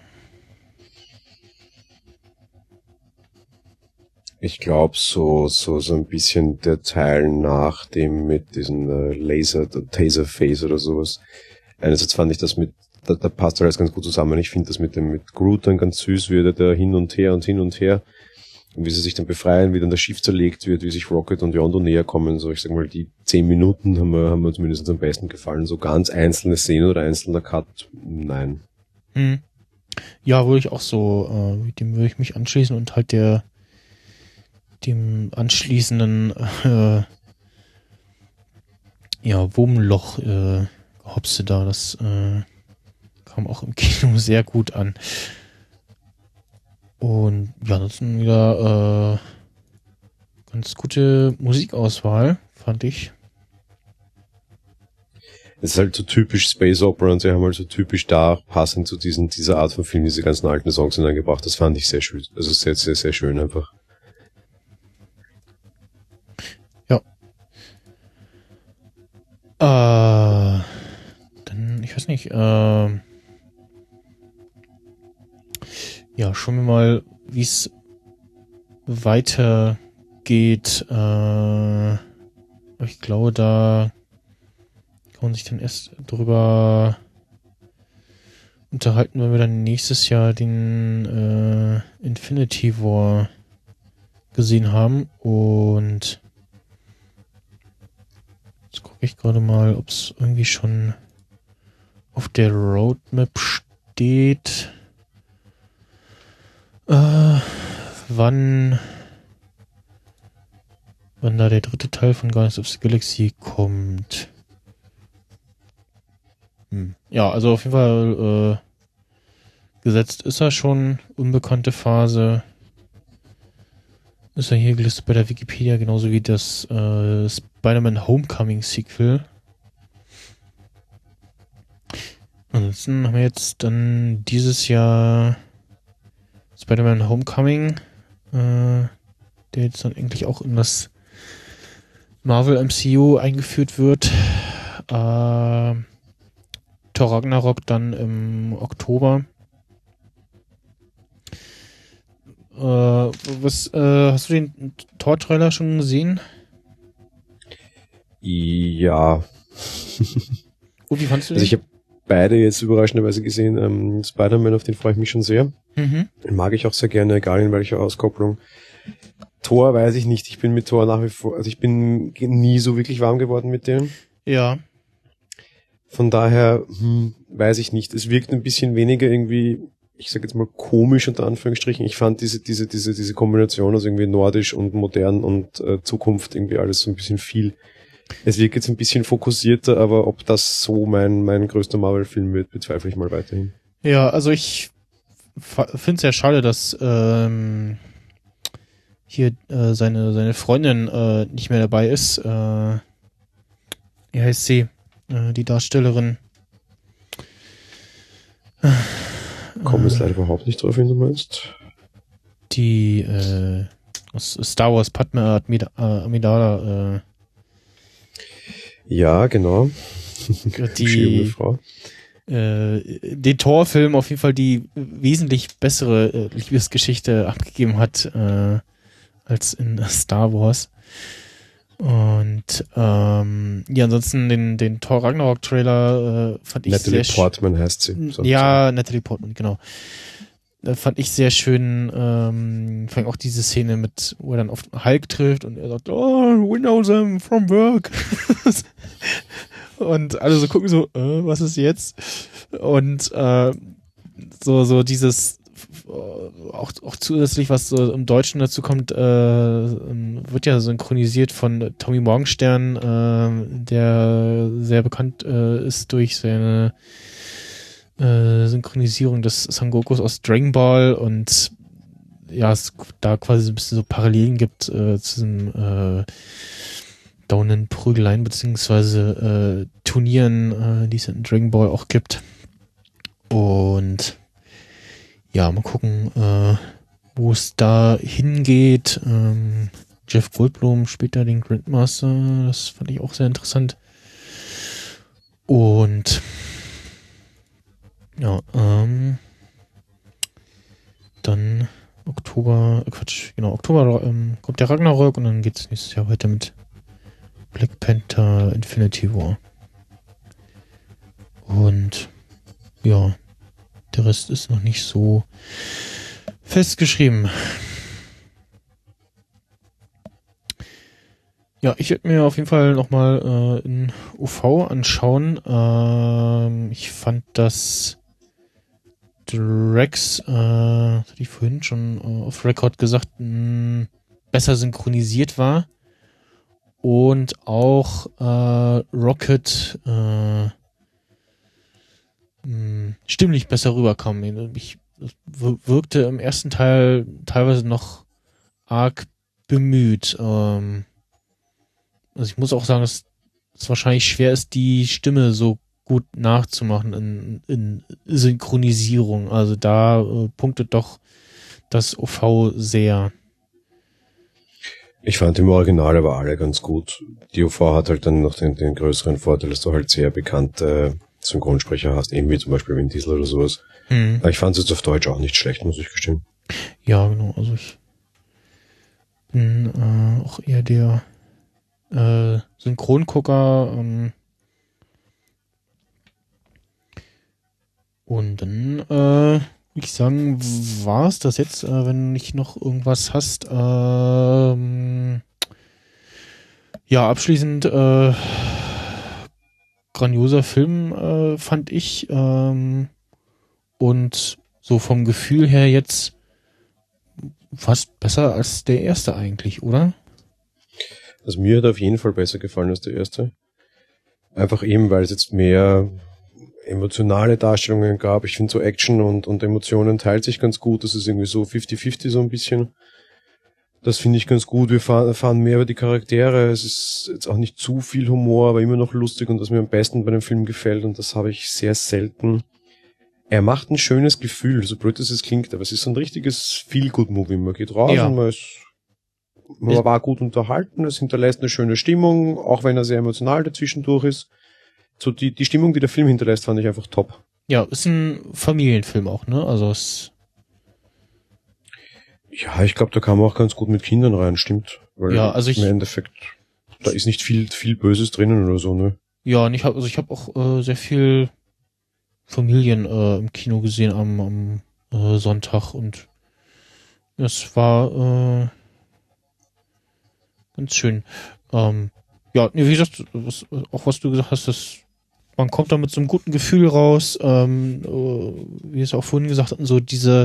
Ich glaube, so, so, so ein bisschen der Teil nach dem mit diesen äh, Laser, Taserface oder sowas. Einerseits fand ich das mit, da, da passt alles ganz gut zusammen. Ich finde das mit dem, mit Groot dann ganz süß, wie der da hin und her und hin und her. Und wie sie sich dann befreien, wie dann das Schiff zerlegt wird, wie sich Rocket und Yondu näher kommen. So, ich sag mal, die zehn Minuten haben mir, haben mir zumindest am besten gefallen. So ganz einzelne Szenen oder einzelner Cut, nein. Hm. Ja, würde ich auch so, äh, dem würde ich mich anschließen, und halt der, dem anschließenden äh, ja, Wurmloch äh, Hopse da, das äh, kam auch im Kino sehr gut an. Und ja, ansonsten wieder äh, ganz gute Musikauswahl, fand ich. Es ist halt so typisch Space Opera, und sie haben halt so typisch da passend zu diesen, dieser Art von Film diese ganzen alten Songs hineingebracht. Das fand ich sehr schön. Also sehr, sehr, sehr schön einfach. Äh, dann, ich weiß nicht, äh, ja, schauen wir mal, wie es weitergeht. Äh, ich glaube, da kann man sich dann erst drüber unterhalten, wenn wir dann nächstes Jahr den äh, Infinity War gesehen haben. Und jetzt gucke ich gerade mal, ob es irgendwie schon auf der Roadmap steht. Äh, wann, wann da der dritte Teil von Guardians of the Galaxy kommt. Hm. Ja, also auf jeden Fall äh, gesetzt ist er schon. Unbekannte Phase. Ist er hier gelistet bei der Wikipedia, genauso wie das äh, Spider-Man Homecoming Sequel. Ansonsten haben wir jetzt dann dieses Jahr Spider-Man Homecoming, äh, der jetzt dann eigentlich auch in das Marvel M C U eingeführt wird. Äh, Thor Ragnarok dann im Oktober. Äh, was, äh, hast du den Thor-Trailer schon gesehen? Ja. Oh, wie fandst du den? Also ich habe beide jetzt überraschenderweise gesehen. Ähm, Spider-Man, auf den freue ich mich schon sehr. Mhm. Den mag ich auch sehr gerne, egal in welcher Auskopplung. Thor weiß ich nicht. Ich bin mit Thor nach wie vor, also ich bin nie so wirklich warm geworden mit dem. Ja. Von daher, hm, weiß ich nicht. Es wirkt ein bisschen weniger irgendwie, ich sag jetzt mal komisch unter Anführungsstrichen. Ich fand diese, diese, diese, diese Kombination aus irgendwie nordisch und modern und äh, Zukunft irgendwie alles so ein bisschen viel, Es wirkt jetzt ein bisschen fokussierter, aber ob das so mein, mein größter Marvel-Film wird, bezweifle ich mal weiterhin. Ja, also ich finde es ja schade, dass ähm, hier äh, seine seine Freundin äh, nicht mehr dabei ist. Äh, wie heißt sie? Äh, die Darstellerin. Komme jetzt leider überhaupt nicht drauf, wenn du meinst. Die äh, aus Star Wars Padme Amida- äh, Amidala. Äh, ja, genau. Die Frau. Äh, den Thor-Film auf jeden Fall die wesentlich bessere äh, Liebesgeschichte abgegeben hat äh, als in Star Wars. Und ähm, ja, ansonsten den, den Thor Ragnarok-Trailer äh, fand ich Natalie sehr Portman heißt sie. So ja, so. Natalie Portman, genau. Da fand ich sehr schön, ähm, vor allem auch diese Szene mit, wo er dann auf Hulk trifft und er sagt, oh, we know them from work. Und alle so gucken so, äh, was ist jetzt? Und äh, so so dieses äh, auch auch zusätzlich, was so im Deutschen dazu kommt, äh, wird ja synchronisiert von Tommy Morgenstern, äh, der sehr bekannt äh, ist durch seine äh, Synchronisierung des Son Gokus aus Dragon Ball und ja, es da quasi so ein bisschen so Parallelen gibt äh, zu diesem äh, dauernden Prügeleien beziehungsweise äh, Turnieren, äh, die es in Dragon Ball auch gibt. Und ja, mal gucken, äh, wo es da hingeht. Ähm, Jeff Goldblum spielt da den Grandmaster. Das fand ich auch sehr interessant. Und ja, ähm, dann Oktober, äh, Quatsch, genau, Oktober ähm, kommt der Ragnarök und dann geht's nächstes Jahr weiter mit Black Panther Infinity War. Und ja, der Rest ist noch nicht so festgeschrieben. Ja, ich werde mir auf jeden Fall nochmal äh, in U V anschauen. Ähm, ich fand, dass Drax, äh, das hatte ich vorhin schon äh, auf Record gesagt, mh, besser synchronisiert war. Und auch äh, Rocket äh, mh, stimmlich besser rüberkam. Ich wirkte im ersten Teil teilweise noch arg bemüht. Ähm, also ich muss auch sagen, dass es wahrscheinlich schwer ist, die Stimme so gut nachzumachen in, in Synchronisierung. Also da äh, punktet doch das O V sehr. Ich fand im Original aber alle ganz gut. Die O V hat halt dann noch den, den größeren Vorteil, dass du halt sehr bekannte Synchronsprecher hast, eben wie zum Beispiel Vin Diesel oder sowas. Hm. Aber ich fand es jetzt auf Deutsch auch nicht schlecht, muss ich gestehen. Ja, genau. Also ich bin äh, auch eher der äh, Synchrongucker. Ähm, und dann äh, würde ich sagen, war es das jetzt, äh, wenn du nicht noch irgendwas hast. Ähm, ja, abschließend äh, grandioser Film, äh, fand ich. Ähm, und so vom Gefühl her jetzt fast besser als der erste eigentlich, oder? Also mir hat auf jeden Fall besser gefallen als der erste. Einfach eben, weil es jetzt mehr emotionale Darstellungen gab. Ich finde so Action und, und Emotionen teilt sich ganz gut. Das ist irgendwie so fifty fifty so ein bisschen. Das finde ich ganz gut. Wir fahren, erfahren mehr über die Charaktere. Es ist jetzt auch nicht zu viel Humor, aber immer noch lustig und was mir am besten bei dem Film gefällt, und das habe ich sehr selten. Er macht ein schönes Gefühl, so blöd es klingt, aber es ist so ein richtiges Feel-Good-Movie. Man geht raus ja. und man ist, man war gut unterhalten, es hinterlässt eine schöne Stimmung, auch wenn er sehr emotional dazwischendurch ist. So die, die Stimmung, die der Film hinterlässt, fand ich einfach top. Ja, ist ein Familienfilm auch, ne? Also es ja, ich glaube, da kann man auch ganz gut mit Kindern rein, stimmt. Weil ja, also ich, im Endeffekt, da ist nicht viel, viel Böses drinnen oder so, ne? Ja, und ich habe, also ich habe auch äh, sehr viel Familien äh, im Kino gesehen am, am äh, Sonntag und das war äh, ganz schön. Ähm, ja, wie gesagt, was, auch was du gesagt hast, dass man kommt da mit so einem guten Gefühl raus, ähm, äh, wie wir es auch vorhin gesagt hatten, so diese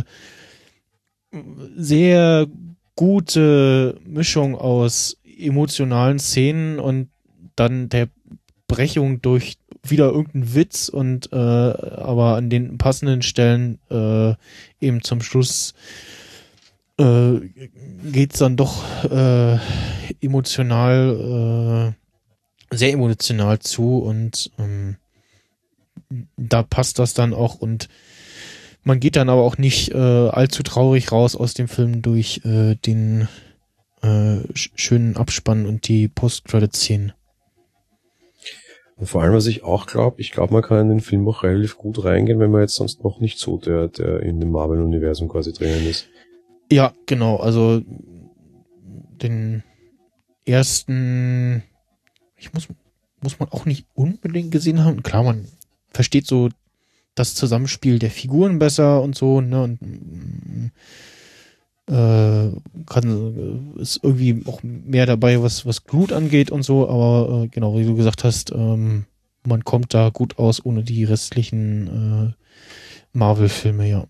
sehr gute Mischung aus emotionalen Szenen und dann der Brechung durch wieder irgendein Witz und äh, aber an den passenden Stellen äh, eben zum Schluss äh, geht's dann doch äh, emotional, äh, sehr emotional zu und ähm, da passt das dann auch und man geht dann aber auch nicht äh, allzu traurig raus aus dem Film durch äh, den äh, sch- schönen Abspann und die Post-Credit-Szenen. Und vor allem, was ich auch glaube, ich glaube, man kann in den Film auch relativ gut reingehen, wenn man jetzt sonst noch nicht so der, der in dem Marvel-Universum quasi drinnen ist. Ja, genau, also den ersten, ich muss, muss man auch nicht unbedingt gesehen haben. Klar, man versteht so das Zusammenspiel der Figuren besser und so, ne, und äh, kann, ist irgendwie auch mehr dabei, was, was Groot angeht und so, aber äh, genau, wie du gesagt hast, ähm, man kommt da gut aus ohne die restlichen äh, Marvel-Filme, ja.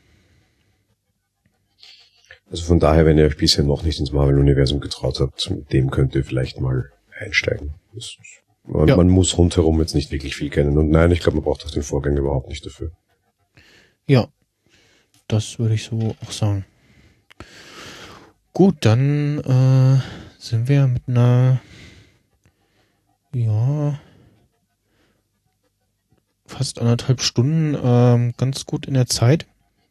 Also von daher, wenn ihr euch bisher noch nicht ins Marvel-Universum getraut habt, mit dem könnt ihr vielleicht mal einsteigen. Das, man, ja. man muss rundherum jetzt nicht wirklich viel kennen. Und nein, ich glaube, man braucht auch den Vorgang überhaupt nicht dafür. Ja, das würde ich so auch sagen. Gut, dann äh, sind wir mit einer, ja, fast anderthalb Stunden ähm, ganz gut in der Zeit.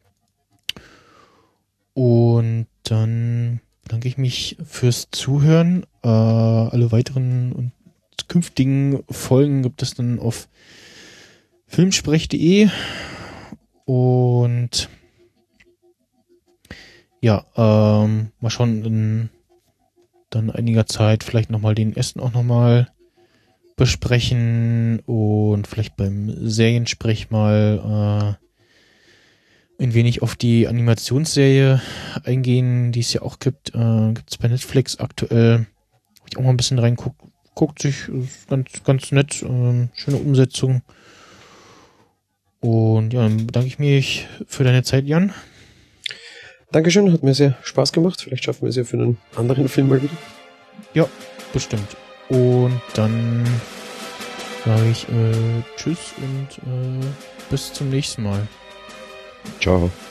Und dann bedanke ich mich fürs Zuhören. Äh, alle weiteren und künftigen Folgen gibt es dann auf filmsprech punkt de und ja, ähm, mal schauen in dann einiger Zeit vielleicht nochmal den ersten auch nochmal besprechen und vielleicht beim Seriensprech mal äh, ein wenig auf die Animationsserie eingehen, die es ja auch gibt. Äh, gibt es bei Netflix aktuell. Hab ich auch mal ein bisschen reinguckt. Guckt sich, ist ganz, ganz nett. Äh, schöne Umsetzung. Und ja, dann bedanke ich mich für deine Zeit, Jan. Dankeschön, hat mir sehr Spaß gemacht. Vielleicht schaffen wir es ja für einen anderen Film mal wieder. Ja, bestimmt. Und dann sage ich äh, Tschüss und äh, bis zum nächsten Mal. Ciao.